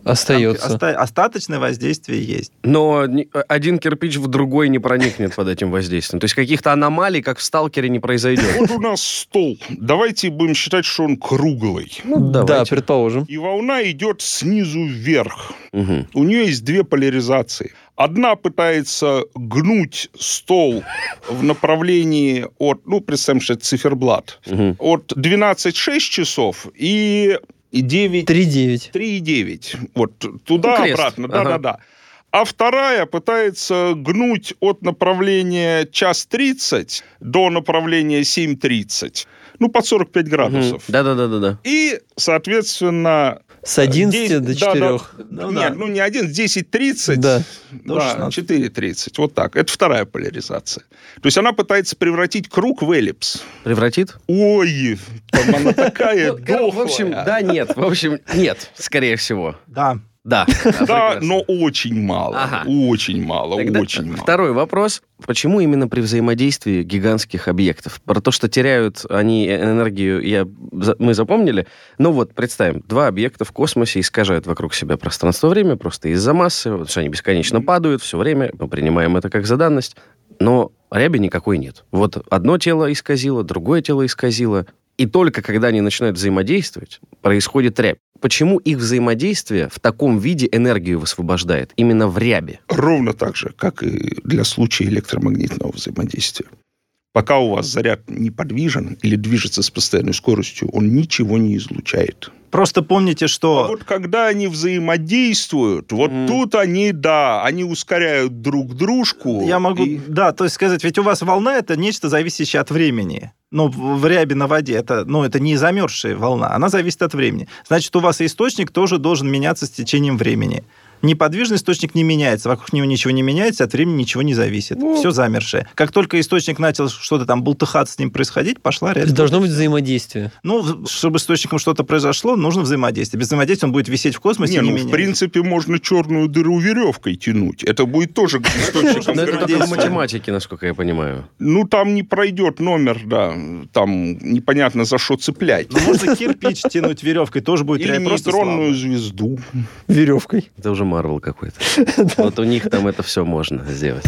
Остается. Оста- остаточное воздействие есть. Но один кирпич в другой не проникнет под этим воздействием. То есть каких-то аномалий, как в «Сталкере», не произойдет. Вот у нас стол. Давайте будем считать, что он круглый. Ну, Да, давайте. предположим. И волна идет снизу вверх. Мгм. У нее есть две поляризации. Одна пытается гнуть стол в направлении от, ну, представим, что это циферблат, Мгм. от двенадцать целых шесть часов и девять три девять. три и девять. Вот туда, Ну, крест. обратно. Ага. Да-да-да. А вторая пытается гнуть от направления час тридцать до направления семь тридцать. Ну, под сорок пять градусов. Мгм. Да-да-да-да. И, соответственно... С одиннадцати десять до да, да. четырёх. Ну, Нет, да. ну не один, десять тридцать. Да. До Да, шестнадцати. четыре тридцать. Вот так. Это вторая поляризация. То есть она пытается превратить круг в эллипс. Превратит? Ой, там она такая Ну, кор- В общем, дохлая. да, нет. В общем, нет, скорее всего. Да. Да. Да, прекрасно. но очень мало. Ага. Очень мало, Тогда очень мало. второй вопрос. Почему именно при взаимодействии гигантских объектов? Про то, что теряют они энергию, я, за- мы запомнили. Ну вот, представим, два объекта в космосе искажают вокруг себя пространство-время просто из-за массы, потому что они бесконечно падают все время, мы принимаем это как за данность, но ряби никакой нет. Вот одно тело исказило, другое тело исказило, и только когда они начинают взаимодействовать, происходит рябь. Почему их взаимодействие в таком виде энергию высвобождает? Именно в ряби. Ровно так же, как и для случая электромагнитного взаимодействия. Пока у вас заряд неподвижен или движется с постоянной скоростью, он ничего не излучает. Просто помните, А что... вот когда они взаимодействуют, вот Мгм. тут они, да, они ускоряют друг дружку. Я могу, и- да, то есть сказать, ведь у вас волна – это нечто, зависящее от времени. Ну, в в рябе на воде это, ну, это не замерзшая волна, она зависит от времени. Значит, у вас и источник тоже должен меняться с течением времени. Неподвижный источник не меняется, вокруг него ничего не меняется, от времени ничего не зависит. Ну. Все замершее. Как только источник начал что-то там бултыхаться с ним происходить, пошла То рябь. есть должно быть взаимодействие. Ну, в- чтобы с источником что-то произошло, нужно взаимодействие. Без взаимодействия он будет висеть в космосе Не, и не ну, в меняется. принципе, можно черную дыру веревкой тянуть. Это будет тоже источником Но это только в взаимодействия. математике, насколько я понимаю. Ну, там не пройдет номер, да. Там непонятно за что цеплять. Ну, можно кирпич тянуть веревкой, тоже будет Или рябь, просто нейтронную слабо. звезду. Веревкой. Это уже Марвел какой-то. Вот у них там это все можно сделать.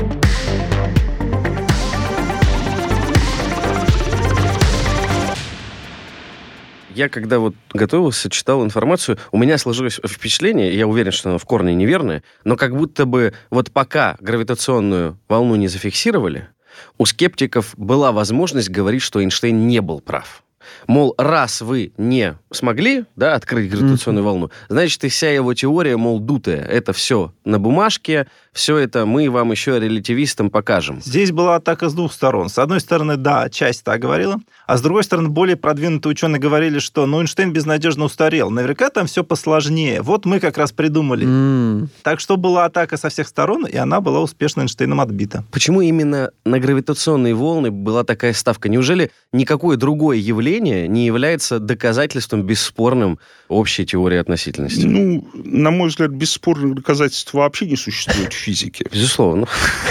Я, когда вот готовился, читал информацию, у меня сложилось впечатление, я уверен, что оно в корне неверное, но как будто бы вот пока гравитационную волну не зафиксировали, у скептиков была возможность говорить, что Эйнштейн не был прав. Мол, раз вы не смогли, да, открыть гравитационную волну, значит, и вся его теория, мол, дутая. Это все на бумажке, все это мы вам еще релятивистам покажем. Здесь была атака с двух сторон. С одной стороны, да, часть так говорила, а с другой стороны, более продвинутые ученые говорили, что ну, Эйнштейн безнадежно устарел. Наверняка там все посложнее. Вот мы как раз придумали. М. Так что была атака со всех сторон, и она была успешно Эйнштейном отбита. Почему именно на гравитационные волны была такая ставка? Неужели никакое другое явление не является доказательством бесспорным общей теории относительности? Ну, на мой взгляд, бесспорных доказательств вообще не существует в физике. Безусловно.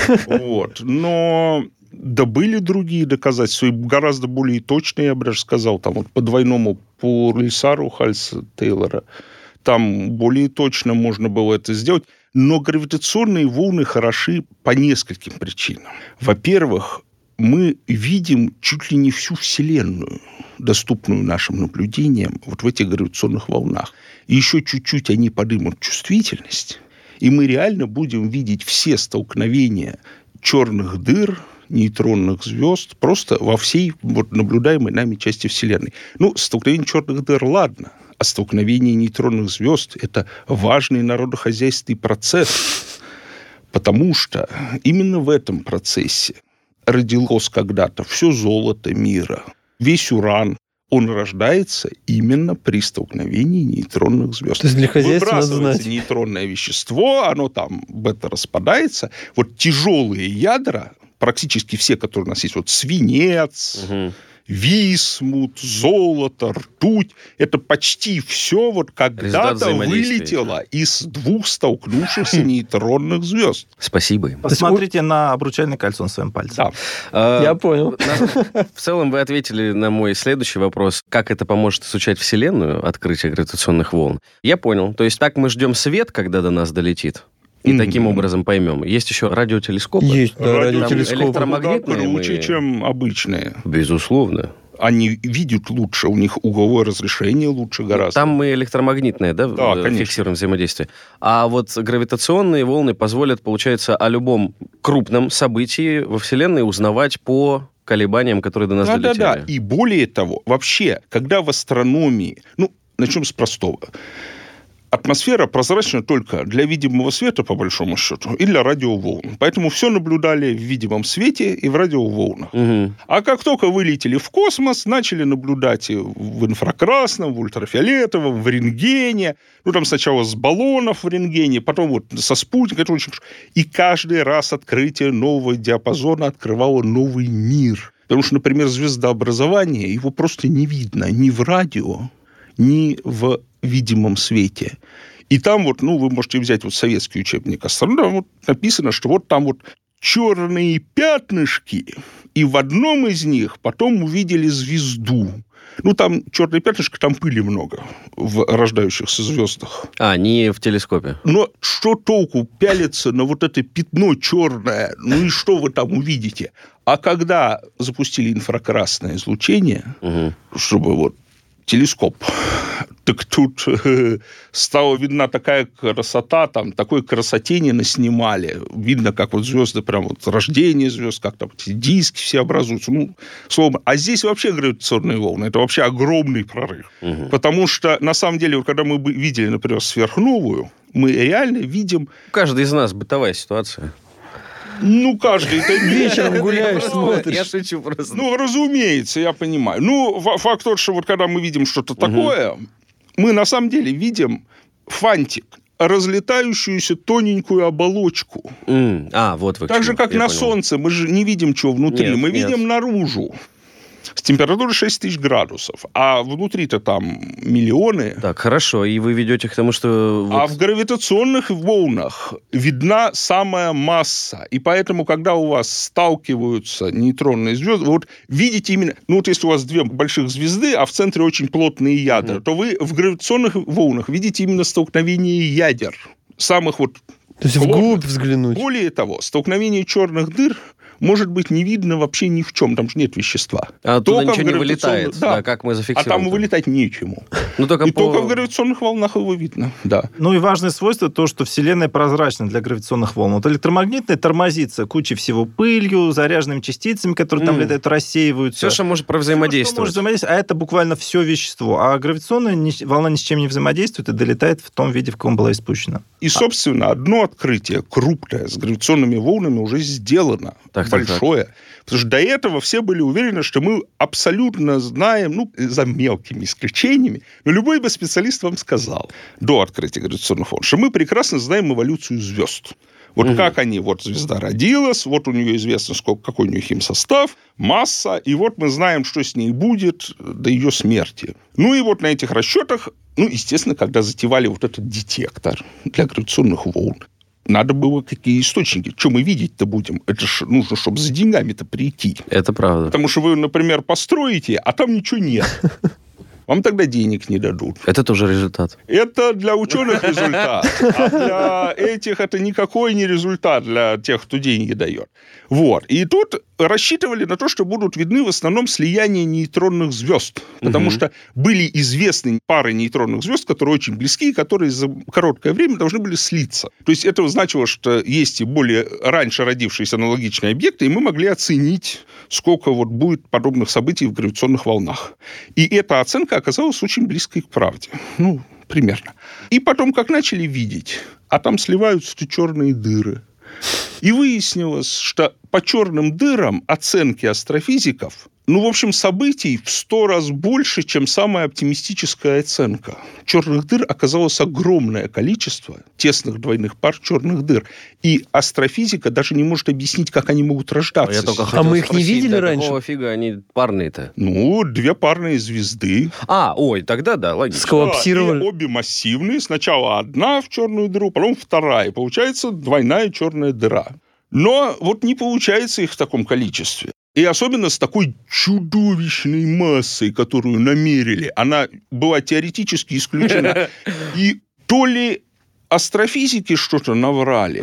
Вот. Но да были другие доказательства, и гораздо более точные, я бы даже сказал, там вот по двойному пульсару Хальса Тейлора, там более точно можно было это сделать. Но гравитационные волны хороши по нескольким причинам. Во-первых, мы видим чуть ли не всю Вселенную, доступную нашим наблюдениям, вот в этих гравитационных волнах. И еще чуть-чуть они подымут чувствительность, и мы реально будем видеть все столкновения черных дыр, нейтронных звезд просто во всей вот, наблюдаемой нами части Вселенной. Ну, столкновение черных дыр, ладно, а столкновение нейтронных звезд – это важный народохозяйственный процесс, потому что именно в этом процессе родилось когда-то все золото мира, весь уран. Он рождается именно при столкновении нейтронных звезд. То есть для хозяйства надо Выбрасывается знать. нейтронное вещество, оно там бета-распадается. Вот тяжелые ядра, практически все, которые у нас есть, вот свинец, Мгм. висмут, золото, ртуть. Это почти все вот когда-то вылетело из двух столкнувшихся нейтронных звезд. Спасибо им. Посмотрите на обручальное кольцо на своем пальце. Да. А, Я понял. на- В целом вы ответили на мой следующий вопрос. Как это поможет изучать Вселенную, открытие гравитационных волн? Я понял. То есть так мы ждем свет, когда до нас долетит? И Мгм. таким образом поймем. Есть еще радиотелескопы? Есть, да, Радио- радиотелескоп. электромагнитные Куда круче, мы- чем обычные. Безусловно. Они видят лучше, у них угловое разрешение лучше гораздо. Там мы электромагнитное, да, Да, э, конечно. фиксируем взаимодействие. А вот гравитационные волны позволят, получается, о любом крупном событии во Вселенной узнавать по колебаниям, которые до нас долетели. Да-да-да. И более того, вообще, когда в астрономии... Ну, начнем с простого. Атмосфера прозрачна только для видимого света, по большому счету, и для радиоволн. Поэтому все наблюдали в видимом свете и в радиоволнах. Мгм. А как только вылетели в космос, начали наблюдать и в инфракрасном, в ультрафиолетовом, в рентгене. Ну, там сначала с баллонов в рентгене, потом вот со спутника. Это очень... И каждый раз открытие нового диапазона открывало новый мир. Потому что, например, звездообразование, его просто не видно ни в радио, ни в видимом свете. И там вот, ну, вы можете взять вот советский учебник астрономии, там вот написано, что вот там вот черные пятнышки, и в одном из них потом увидели звезду. Ну, там черные пятнышки, там пыли много в рождающихся звездах. А, не в телескопе. Но что толку пялиться на вот это пятно черное? Ну и что вы там увидите? А когда запустили инфракрасное излучение, Мгм. чтобы вот телескоп, так тут э, стала видна такая красота, там такой красотени наснимали. Видно, как вот звезды, прям вот рождение звезд, как там эти диски все образуются. Ну, словом, а здесь вообще гравитационные волны. Это вообще огромный прорыв. Мгм. Потому что, на самом деле, вот когда мы бы видели, например, сверхновую, мы реально видим, Каждый из нас бытовая ситуация. ну, каждый... это Вечером гуляешь, Я смотришь. шучу просто. Ну, разумеется, я понимаю. Ну, фа- факт тот, что вот когда мы видим что-то такое, мы на самом деле видим фантик, разлетающуюся тоненькую оболочку. М, А, вот вы к Так же, чему. как Я на понял. Солнце. Мы же не видим, что внутри. Нет, мы нет. видим наружу. С температурой шесть тысяч градусов. А внутри-то там миллионы. Так, хорошо. И вы ведете к тому, что... А вот- в гравитационных волнах видна самая масса. И поэтому, когда у вас сталкиваются нейтронные звезды, вы вот видите именно... Ну, вот если у вас две больших звезды, а в центре очень плотные ядра, Мгм. то вы в гравитационных волнах видите именно столкновение ядер. Самых вот... То есть вглубь взглянуть. Более того, столкновение черных дыр может быть не видно вообще ни в чем. Там же нет вещества. А оттуда Только в ничего не гравитационных- вылетает. Да. Да, как мы А зафиксируем. там и вылетать нечему. Ну, только И по... только в гравитационных волнах его видно. Да. Ну и важное свойство то, что Вселенная прозрачна для гравитационных волн. Вот электромагнитная тормозится кучей всего пылью, заряженными частицами, которые там Мгм. летают, рассеиваются. Все, что может про Всё, что взаимодействовать. может взаимодействовать, а это буквально все вещество. А гравитационная ни- волна ни с чем не взаимодействует и долетает в том виде, в каком была испущена. И, собственно, одно открытие крупное с гравитационными волнами уже сделано. Так, так, большое. Потому что до этого все были уверены, что мы абсолютно знаем, ну, за мелкими исключениями, но любой бы специалист вам сказал до открытия гравитационных волн, что мы прекрасно знаем эволюцию звезд. Вот Мгм. как они, вот звезда родилась, вот у нее известно, сколько, какой у нее химсостав, масса, и вот мы знаем, что с ней будет до ее смерти. Ну и вот на этих расчетах, ну, естественно, когда затевали вот этот детектор для гравитационных волн, надо было какие источники. Что мы видеть-то будем? Это ж нужно, чтобы за деньгами-то прийти. Это правда. Потому что вы, например, построите, а там ничего нет. Вам тогда денег не дадут. Это тоже результат. Это для ученых результат. А для этих это никакой не результат для тех, кто деньги дает. Вот. И тут рассчитывали на то, что будут видны в основном слияния нейтронных звезд. Потому Мгм. что были известны пары нейтронных звезд, которые очень близки, и которые за короткое время должны были слиться. То есть это значило, что есть и более раньше родившиеся аналогичные объекты, и мы могли оценить, сколько вот будет подобных событий в гравитационных волнах. И эта оценка оказалась очень близкой к правде. Ну, примерно. И потом, как начали видеть, а там сливаются черные дыры. И выяснилось, что по черным дырам оценки астрофизиков Ну, в общем, событий в сто раз больше, чем самая оптимистическая оценка. Черных дыр оказалось огромное количество тесных двойных пар черных дыр. И астрофизика даже не может объяснить, как они могут рождаться. Я только А хотел мы их не спросить, видели да раньше? Какого фига они парные-то? Ну, две парные звезды. А, ой, тогда да, логично. Сколлапсировали. Да, и обе массивные. Сначала одна в черную дыру, потом вторая. Получается двойная черная дыра. Но вот не получается их в таком количестве. И особенно с такой чудовищной массой, которую намерили. Она была теоретически исключена. И то ли астрофизики что-то наврали,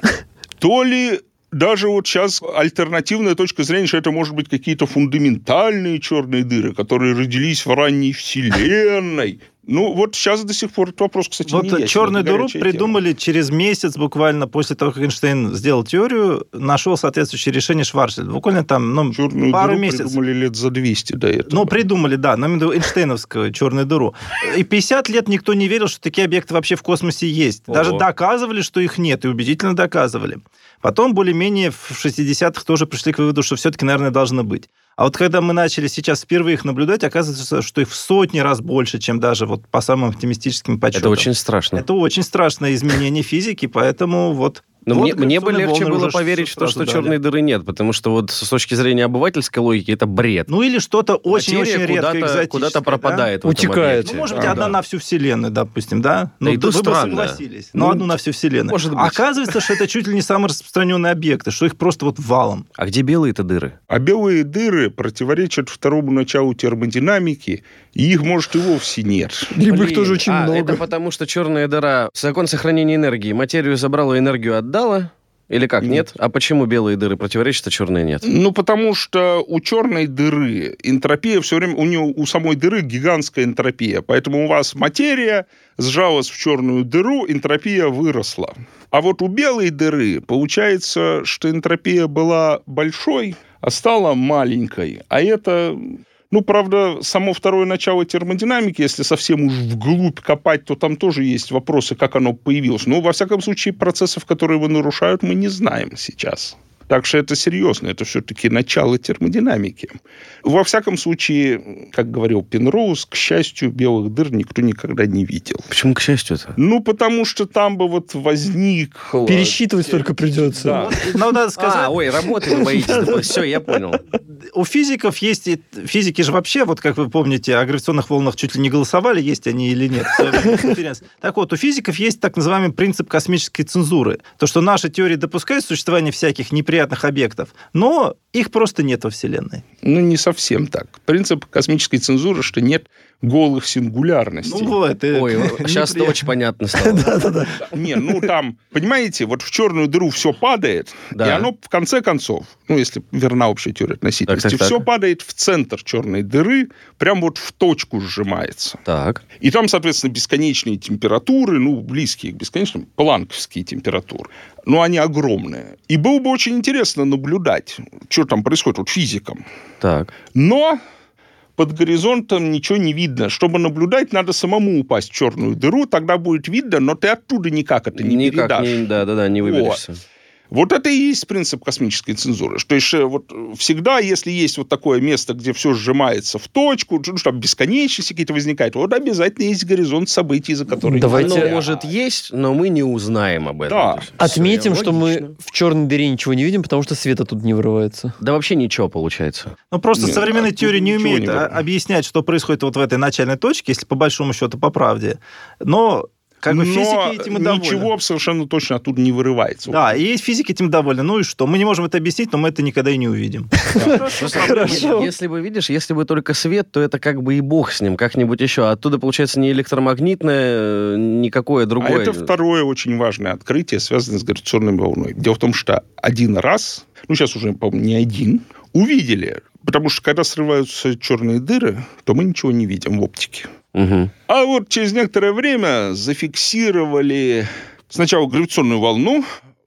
то ли даже вот сейчас альтернативная точка зрения, что это может быть какие-то фундаментальные черные дыры, которые родились в ранней Вселенной. Ну, вот сейчас до сих пор этот вопрос, кстати, вот не ясен. черную Это дыру горячая придумали тема. через месяц буквально после того, как Эйнштейн сделал теорию, нашел соответствующее решение Шварцшильд. Буквально там ну, Черную пару дыру месяцев. придумали лет за двести до этого. Ну, придумали, да, но именно в виду Эйнштейновскую черную дыру. И пятьдесят лет никто не верил, что такие объекты вообще в космосе есть. Ого. Даже доказывали, что их нет, и убедительно доказывали. Потом, более-менее, в шестидесятых тоже пришли к выводу, что все-таки, наверное, должно быть. А вот когда мы начали сейчас впервые их наблюдать, оказывается, что их в сотни раз больше, чем даже вот по самым оптимистическим подсчетам. Это очень страшно. Это очень страшное изменение физики, поэтому вот... Но вот мне, мне бы гравитационные легче волны было уже поверить, что, сразу что дали. черной дыры нет, потому что вот с точки зрения обывательской логики это бред. Ну или что-то очень-очень Материя редко куда-то, экзотическое. куда-то да? пропадает. в этом Утекает. объекте. Ну, может быть, Да. одна на всю Вселенную, допустим, да? Ну, и то вы бы странно. согласились. Но Ну, одну на всю Вселенную. может быть. Оказывается, что это чуть ли не самые распространенные объекты, что их просто вот валом. А где белые-то дыры? А белые дыры противоречат второму началу термодинамики, и их, может, и вовсе нет. Либо их Блин, тоже очень а, много. это потому, что черная дыра, закон сохранения энергии, материю забрала, энергию отдала? Или как, нет? Нет. А почему белые дыры противоречат, а черные нет? Ну, потому что у черной дыры энтропия все время, у нее у самой дыры гигантская энтропия. Поэтому у вас материя сжалась в черную дыру, энтропия выросла. А вот у белой дыры получается, что энтропия была большой, а стала маленькой. А это... Ну, правда, само второе начало термодинамики, если совсем уж вглубь копать, то там тоже есть вопросы, как оно появилось. Но, во всяком случае, процессов, которые его нарушают, мы не знаем сейчас. Так что это серьезно, это все-таки начало термодинамики. Во всяком случае, как говорил Пенроуз, к счастью, белых дыр никто никогда не видел. Почему, к счастью-то? Ну, потому что там бы вот возник... Пересчитывать только придется. Да. Ну, надо сказать, А, ой, работы вы боитесь. Все, я понял. у физиков есть... и- Физики же вообще, вот как вы помните, о гравитационных волнах чуть ли не голосовали, есть они или нет. в свое время конференции. Так вот, у физиков есть так называемый принцип космической цензуры. То, что наши теории допускают существование всяких неприятных объектов, но их просто нет во Вселенной. Ну, не совсем так. Принцип космической цензуры, что нет голых сингулярностей. Ну вот. и- Ой, сейчас неприятно. очень понятно стало. Да-да-да. Не, ну там, понимаете, вот в черную дыру все падает, Да. и оно в конце концов, ну, если верна общая теория относительности, Так, так, так. все падает в центр черной дыры, прям вот в точку сжимается. Так. И там, соответственно, бесконечные температуры, ну, близкие к бесконечным, планковские температуры. Но они огромные. И было бы очень интересно наблюдать, что там происходит вот физикам. Так. Но под горизонтом ничего не видно. Чтобы наблюдать, надо самому упасть в черную дыру, тогда будет видно, но ты оттуда никак это не Никак передашь. не, да, да, да, не выберешься. Вот это и есть принцип космической цензуры. То есть, э, вот всегда, если есть вот такое место, где все сжимается в точку, ну, что там бесконечности какие-то возникают, вот обязательно есть горизонт событий, за которые... Давайте- Оно нельзя. может есть, но мы не узнаем об этом. Да. То есть Отметим, всё что мы логично. в черной дыре ничего не видим, потому что света тут не вырывается. Да вообще ничего получается. Ну, просто Нет, современная оттуда теория не ничего умеет не а, видно. объяснять, что происходит вот в этой начальной точке, если по большому счету по правде. Но как бы Но физики этим и довольны. ничего совершенно точно оттуда не вырывается. Да, и есть физики этим довольны. Ну и что? Мы не можем это объяснить, но мы это никогда и не увидим. Просто Хорошо. Если бы, видишь, если бы только свет, то это как бы и бог с ним, как-нибудь еще. Оттуда, получается, не электромагнитное, э, никакое А другое. это второе очень важное открытие, связанное с гравитационной волной. Дело в том, что один раз, ну сейчас уже, по-моему, не один, увидели, потому что когда срываются черные дыры, то мы ничего не видим в оптике. Мгм. А вот через некоторое время зафиксировали сначала гравитационную волну,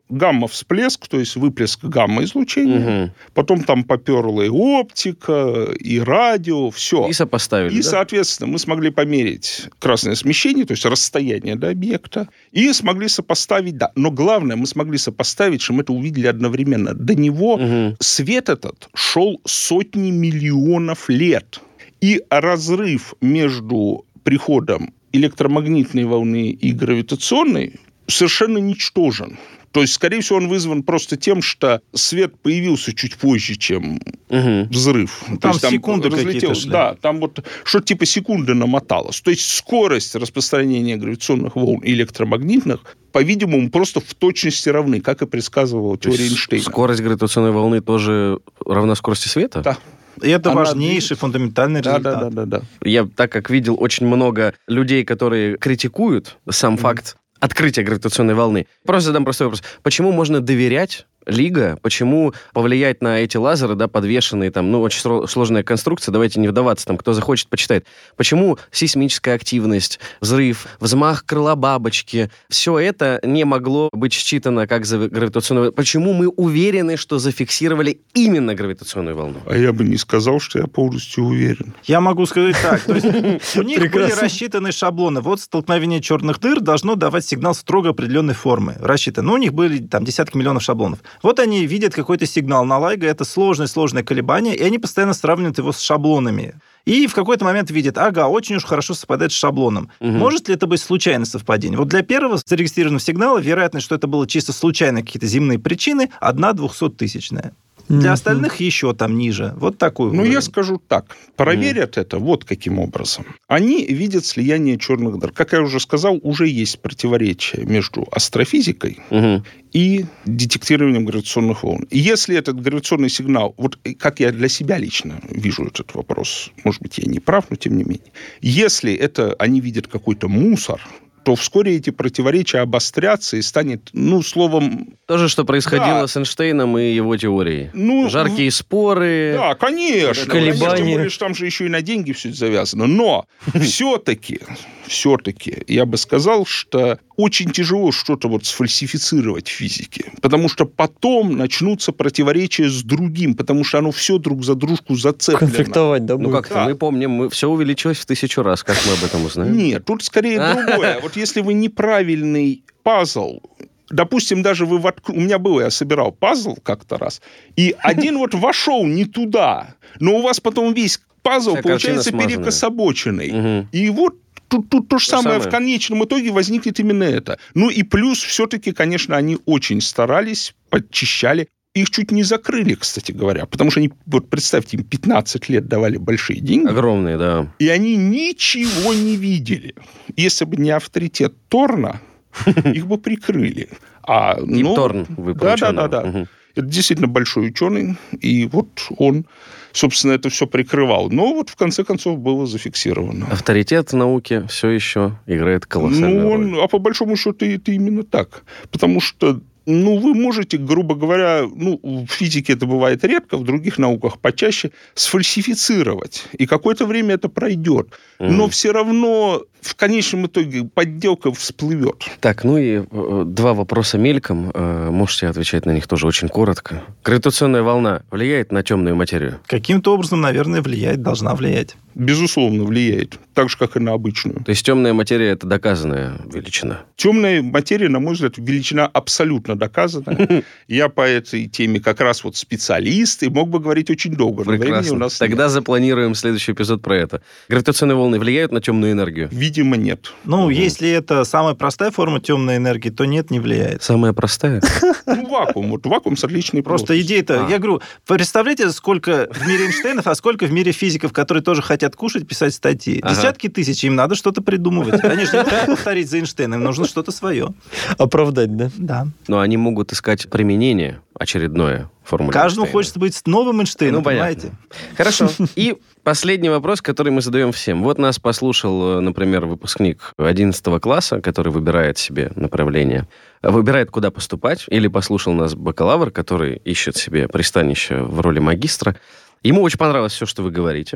гамма-всплеск, то есть выплеск гамма-излучения. Угу. Потом там поперла и оптика, и радио, все. И сопоставили, И, да? соответственно, мы смогли померить красное смещение, то есть расстояние до объекта, и смогли сопоставить, да. Но главное, мы смогли сопоставить, что мы это увидели одновременно. До него угу. свет этот шел сотни миллионов лет. И разрыв между приходом электромагнитной волны и гравитационной совершенно ничтожен. То есть, скорее всего, он вызван просто тем, что свет появился чуть позже, чем угу. взрыв. Там, То есть, там секунды какие-то шли. Да, там вот что-то типа секунды намоталось. То есть скорость распространения гравитационных волн и электромагнитных, по-видимому, просто в точности равны, как и предсказывала теория Эйнштейна. Скорость гравитационной волны тоже равна скорости света? Да. И это Она важнейший, движется. фундаментальный да, результат. Да, да, да, да. Я, так как видел очень много людей, которые критикуют сам mm-hmm. факт открытия гравитационной волны, просто задам простой вопрос. Почему можно доверять Лига, почему повлиять на эти лазеры, да, подвешенные там, ну, очень сложная конструкция, давайте не вдаваться, там, кто захочет, почитает. Почему сейсмическая активность, взрыв, взмах крыла бабочки, все это не могло быть считано как за гравитационную волну? Почему мы уверены, что зафиксировали именно гравитационную волну? А я бы не сказал, что я полностью уверен. Я могу сказать так. То есть у них были рассчитаны шаблоны. Вот столкновение черных дыр должно давать сигнал строго определенной формы. Рассчитано. Ну, у них были там десятки миллионов шаблонов. Вот они видят какой-то сигнал на LIGO, это сложное-сложное колебание, и они постоянно сравнивают его с шаблонами. И в какой-то момент видят, ага, очень уж хорошо совпадает с шаблоном. Угу. Может ли это быть случайное совпадение? Вот для первого зарегистрированного сигнала вероятность, что это было чисто случайные какие-то земные причины, одна двухсоттысячная. Для остальных еще там ниже. Вот такой. Ну, я скажу так. Проверят mm. это вот каким образом. Они видят слияние черных дыр. Как я уже сказал, уже есть противоречие между астрофизикой mm-hmm. и детектированием гравитационных волн. И если этот гравитационный сигнал, вот как я для себя лично вижу этот вопрос, может быть, я не прав, но тем не менее. Если это они видят какой-то мусор, то вскоре эти противоречия обострятся и станет, ну, словом... То же, что происходило да. с Эйнштейном и его теорией. Ну, жаркие споры. Да, конечно. Колебания. Конечно, тем более, что там же еще и на деньги все это завязано. Но все-таки, все-таки, я бы сказал, что очень тяжело что-то вот сфальсифицировать в физике. Потому что потом начнутся противоречия с другим, потому что оно все друг за дружку зацеплено. Конфликтовать, да? Ну, как-то да. мы помним, мы, все увеличилось в тысячу раз, как мы об этом узнаем. Нет, тут скорее другое. Вот если вы неправильный пазл, допустим, даже вы... В... У меня было, я собирал пазл как-то раз, и один вот вошел не туда, но у вас потом весь пазл Вся получается перекособоченный. Угу. И вот Тут, тут то же самое. самое. В конечном итоге возникнет именно это. Ну и плюс все-таки, конечно, они очень старались, подчищали. Их чуть не закрыли, кстати говоря. Потому что они, вот представьте, им пятнадцать лет давали большие деньги. Огромные, да. И они ничего не видели. Если бы не авторитет Торна, их бы прикрыли. А, ну, Торн выпал ученого. Да, да, да. Это действительно большой ученый. И вот он... собственно, это все прикрывал. Но вот в конце концов было зафиксировано. Авторитет в науке все еще играет колоссальную ну, он, роль. А по большому счету это именно так. Потому что, ну, вы можете, грубо говоря, ну, в физике это бывает редко, в других науках почаще, сфальсифицировать. И какое-то время это пройдет. Mm. Но все равно в конечном итоге подделка всплывет. Так, ну и э, два вопроса мельком. Э, можете отвечать на них тоже очень коротко. Гравитационная волна влияет на темную материю? Каким-то образом, наверное, влияет, должна влиять. Безусловно, влияет. Так же, как и на обычную. То есть темная материя – это доказанная величина? Темная материя, на мой взгляд, величина абсолютно доказанная. Я по этой теме как раз вот специалист и мог бы говорить очень долго. Но времени у нас Тогда нет. запланируем следующий эпизод про это. Гравитационные волны влияют на темную энергию? Видимо, нет. Ну, угу. Если это самая простая форма темной энергии, то нет, не влияет. Самая простая? Ну, вакуум. Вот вакуум с отличной Просто плотностью. идея-то... Я говорю, представляете, сколько в мире Эйнштейнов, а сколько в мире физиков, которые тоже хотят кушать, писать статьи. Ага. Десятки тысяч, им надо что-то придумывать. Конечно, не треба повторить за Эйнштейном, нужно что-то свое. Оправдать, да? Да. Но они могут искать применение очередное формуле Каждому Эйнштейна. хочется быть новым Эйнштейном, ну, понимаете? Хорошо. И последний вопрос, который мы задаем всем. Вот нас послушал, например, выпускник одиннадцатого класса, который выбирает себе направление, выбирает, куда поступать, или послушал нас бакалавр, который ищет себе пристанище в роли магистра. Ему очень понравилось все, что вы говорите.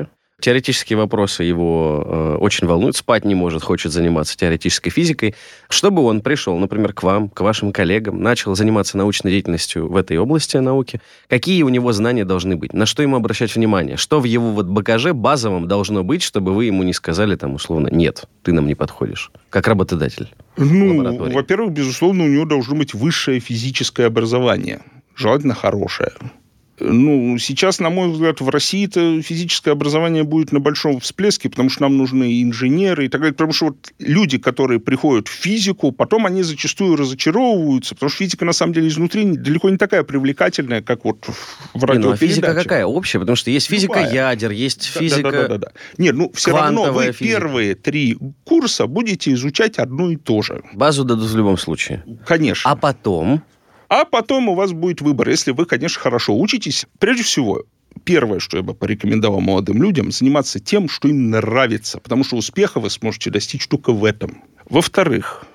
Теоретические вопросы его э, очень волнуют, спать не может, хочет заниматься теоретической физикой. Чтобы он пришел, например, к вам, к вашим коллегам, начал заниматься научной деятельностью в этой области науки, какие у него знания должны быть? На что ему обращать внимание? Что в его вот багаже базовом должно быть, чтобы вы ему не сказали, там, условно, нет, ты нам не подходишь, как работодатель? Ну, во-первых, безусловно, у него должно быть высшее физическое образование, желательно хорошее. Ну, сейчас, на мой взгляд, в России-то физическое образование будет на большом всплеске, потому что нам нужны и инженеры и так далее. Потому что вот люди, которые приходят в физику, потом они зачастую разочаровываются, потому что физика, на самом деле, изнутри далеко не такая привлекательная, как вот в радиопередаче. Ну, а физика какая? Общая? Потому что есть физика Любая. ядер, есть да, физика да, да, да, да. Нет, ну, все равно вы физика. Первые три курса будете изучать одно и то же. Базу дадут в любом случае. Конечно. А потом... А потом у вас будет выбор, если вы, конечно, хорошо учитесь. Прежде всего, первое, что я бы порекомендовал молодым людям, заниматься тем, что им нравится, потому что успеха вы сможете достичь только в этом. Во-вторых,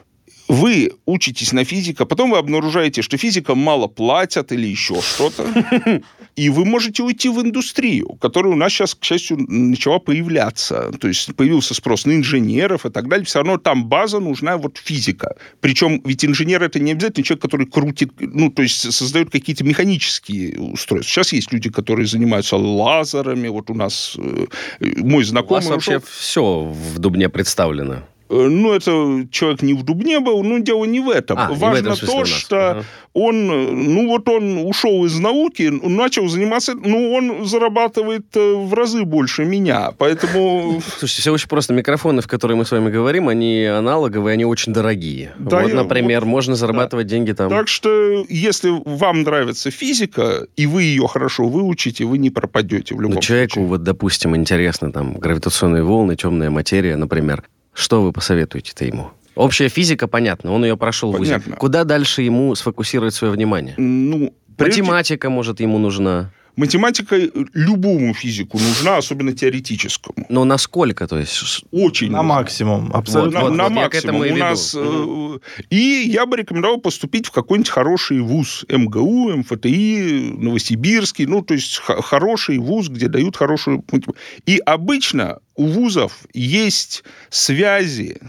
вы учитесь на физике, потом вы обнаружаете, что физикам мало платят или еще что-то, и вы можете уйти в индустрию, которая у нас сейчас, к счастью, начала появляться. То есть появился спрос на инженеров и так далее. Все равно там база нужна вот физика. Причем ведь инженер это не обязательно человек, который крутит, ну, то есть создает какие-то механические устройства. Сейчас есть люди, которые занимаются лазерами. Вот у нас э, мой знакомый... У вас вообще ушел... все в Дубне представлено. Ну, это человек не в Дубне был, но дело не в этом. А, Важно в этом то, что ага. он, ну, вот он ушел из науки, начал заниматься, ну, он зарабатывает в разы больше меня, поэтому... Слушайте, все очень просто. Микрофоны, в которые мы с вами говорим, они аналоговые, они очень дорогие. Да, вот, например, вот, можно зарабатывать да. деньги там. Так что, если вам нравится физика, и вы ее хорошо выучите, вы не пропадете в любом ну, человеку, случае. вот, допустим, интересно, там, гравитационные волны, темная материя, например. Что вы посоветуете-то ему? Общая физика, понятно, он ее прошел в ВУЗе. Куда дальше ему сфокусировать свое внимание? Ну, прежде... Математика, может, ему нужна? Математика любому физику нужна, особенно теоретическому. Но насколько, то есть? Очень. На нужна. максимум, абсолютно. Вот, на, вот, на максимум. У нас, угу. И я бы рекомендовал поступить в какой-нибудь хороший вуз. эм гэ у, эм эф тэ и, Новосибирский. Ну, то есть х- хороший вуз, где дают хорошую... И обычно у вузов есть связи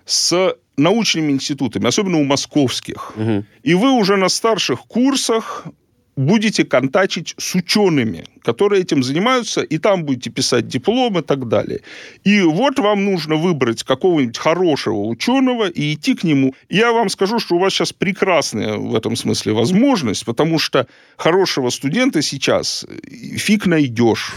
с научными институтами, особенно у московских. Угу. И вы уже на старших курсах будете контачить с учеными, которые этим занимаются, и там будете писать диплом и так далее. И вот вам нужно выбрать какого-нибудь хорошего ученого и идти к нему. Я вам скажу, что у вас сейчас прекрасная в этом смысле возможность, потому что хорошего студента сейчас фиг найдешь.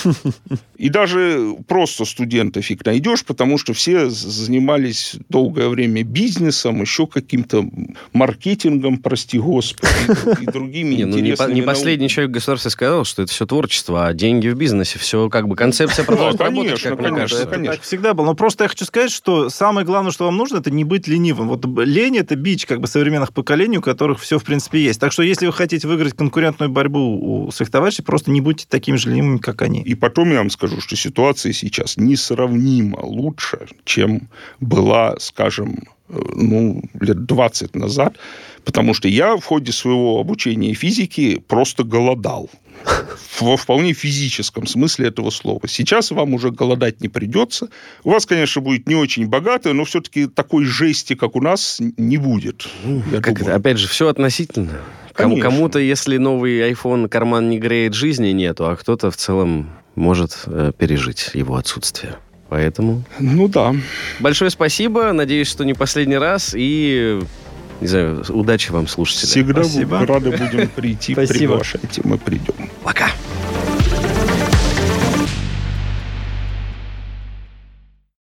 И даже просто студента фиг найдешь, потому что все занимались долгое время бизнесом, еще каким-то маркетингом, прости господи, и другими интересными Не последний человек в государстве сказал, что это все творчество, а деньги в бизнесе. Все как бы концепция продолжает работать, как мне кажется. Так всегда было. Но просто я хочу сказать, что самое главное, что вам нужно, это не быть ленивым. Вот лень – это бич как бы современных поколений, у которых все, в принципе, есть. Так что если вы хотите выиграть конкурентную борьбу у своих товарищей, просто не будьте такими же ленивыми, как они. И потом я вам скажу, что ситуация сейчас несравнимо лучше, чем была, скажем, ну, лет двадцать назад, потому что я в ходе своего обучения физики просто голодал. Во вполне физическом смысле этого слова. Сейчас вам уже голодать не придется. У вас, конечно, будет не очень богатое, но все-таки такой жести, как у нас, не будет. Как это? Опять же, все относительно. Кому- кому-то, если новый iPhone карман не греет, жизни нету, а кто-то в целом может э, пережить его отсутствие. Поэтому... Ну да. Большое спасибо. Надеюсь, что не последний раз. И, не знаю, удачи вам, слушатели. Всегда Спасибо. рады будем прийти. Приглашайте, мы придем. Пока.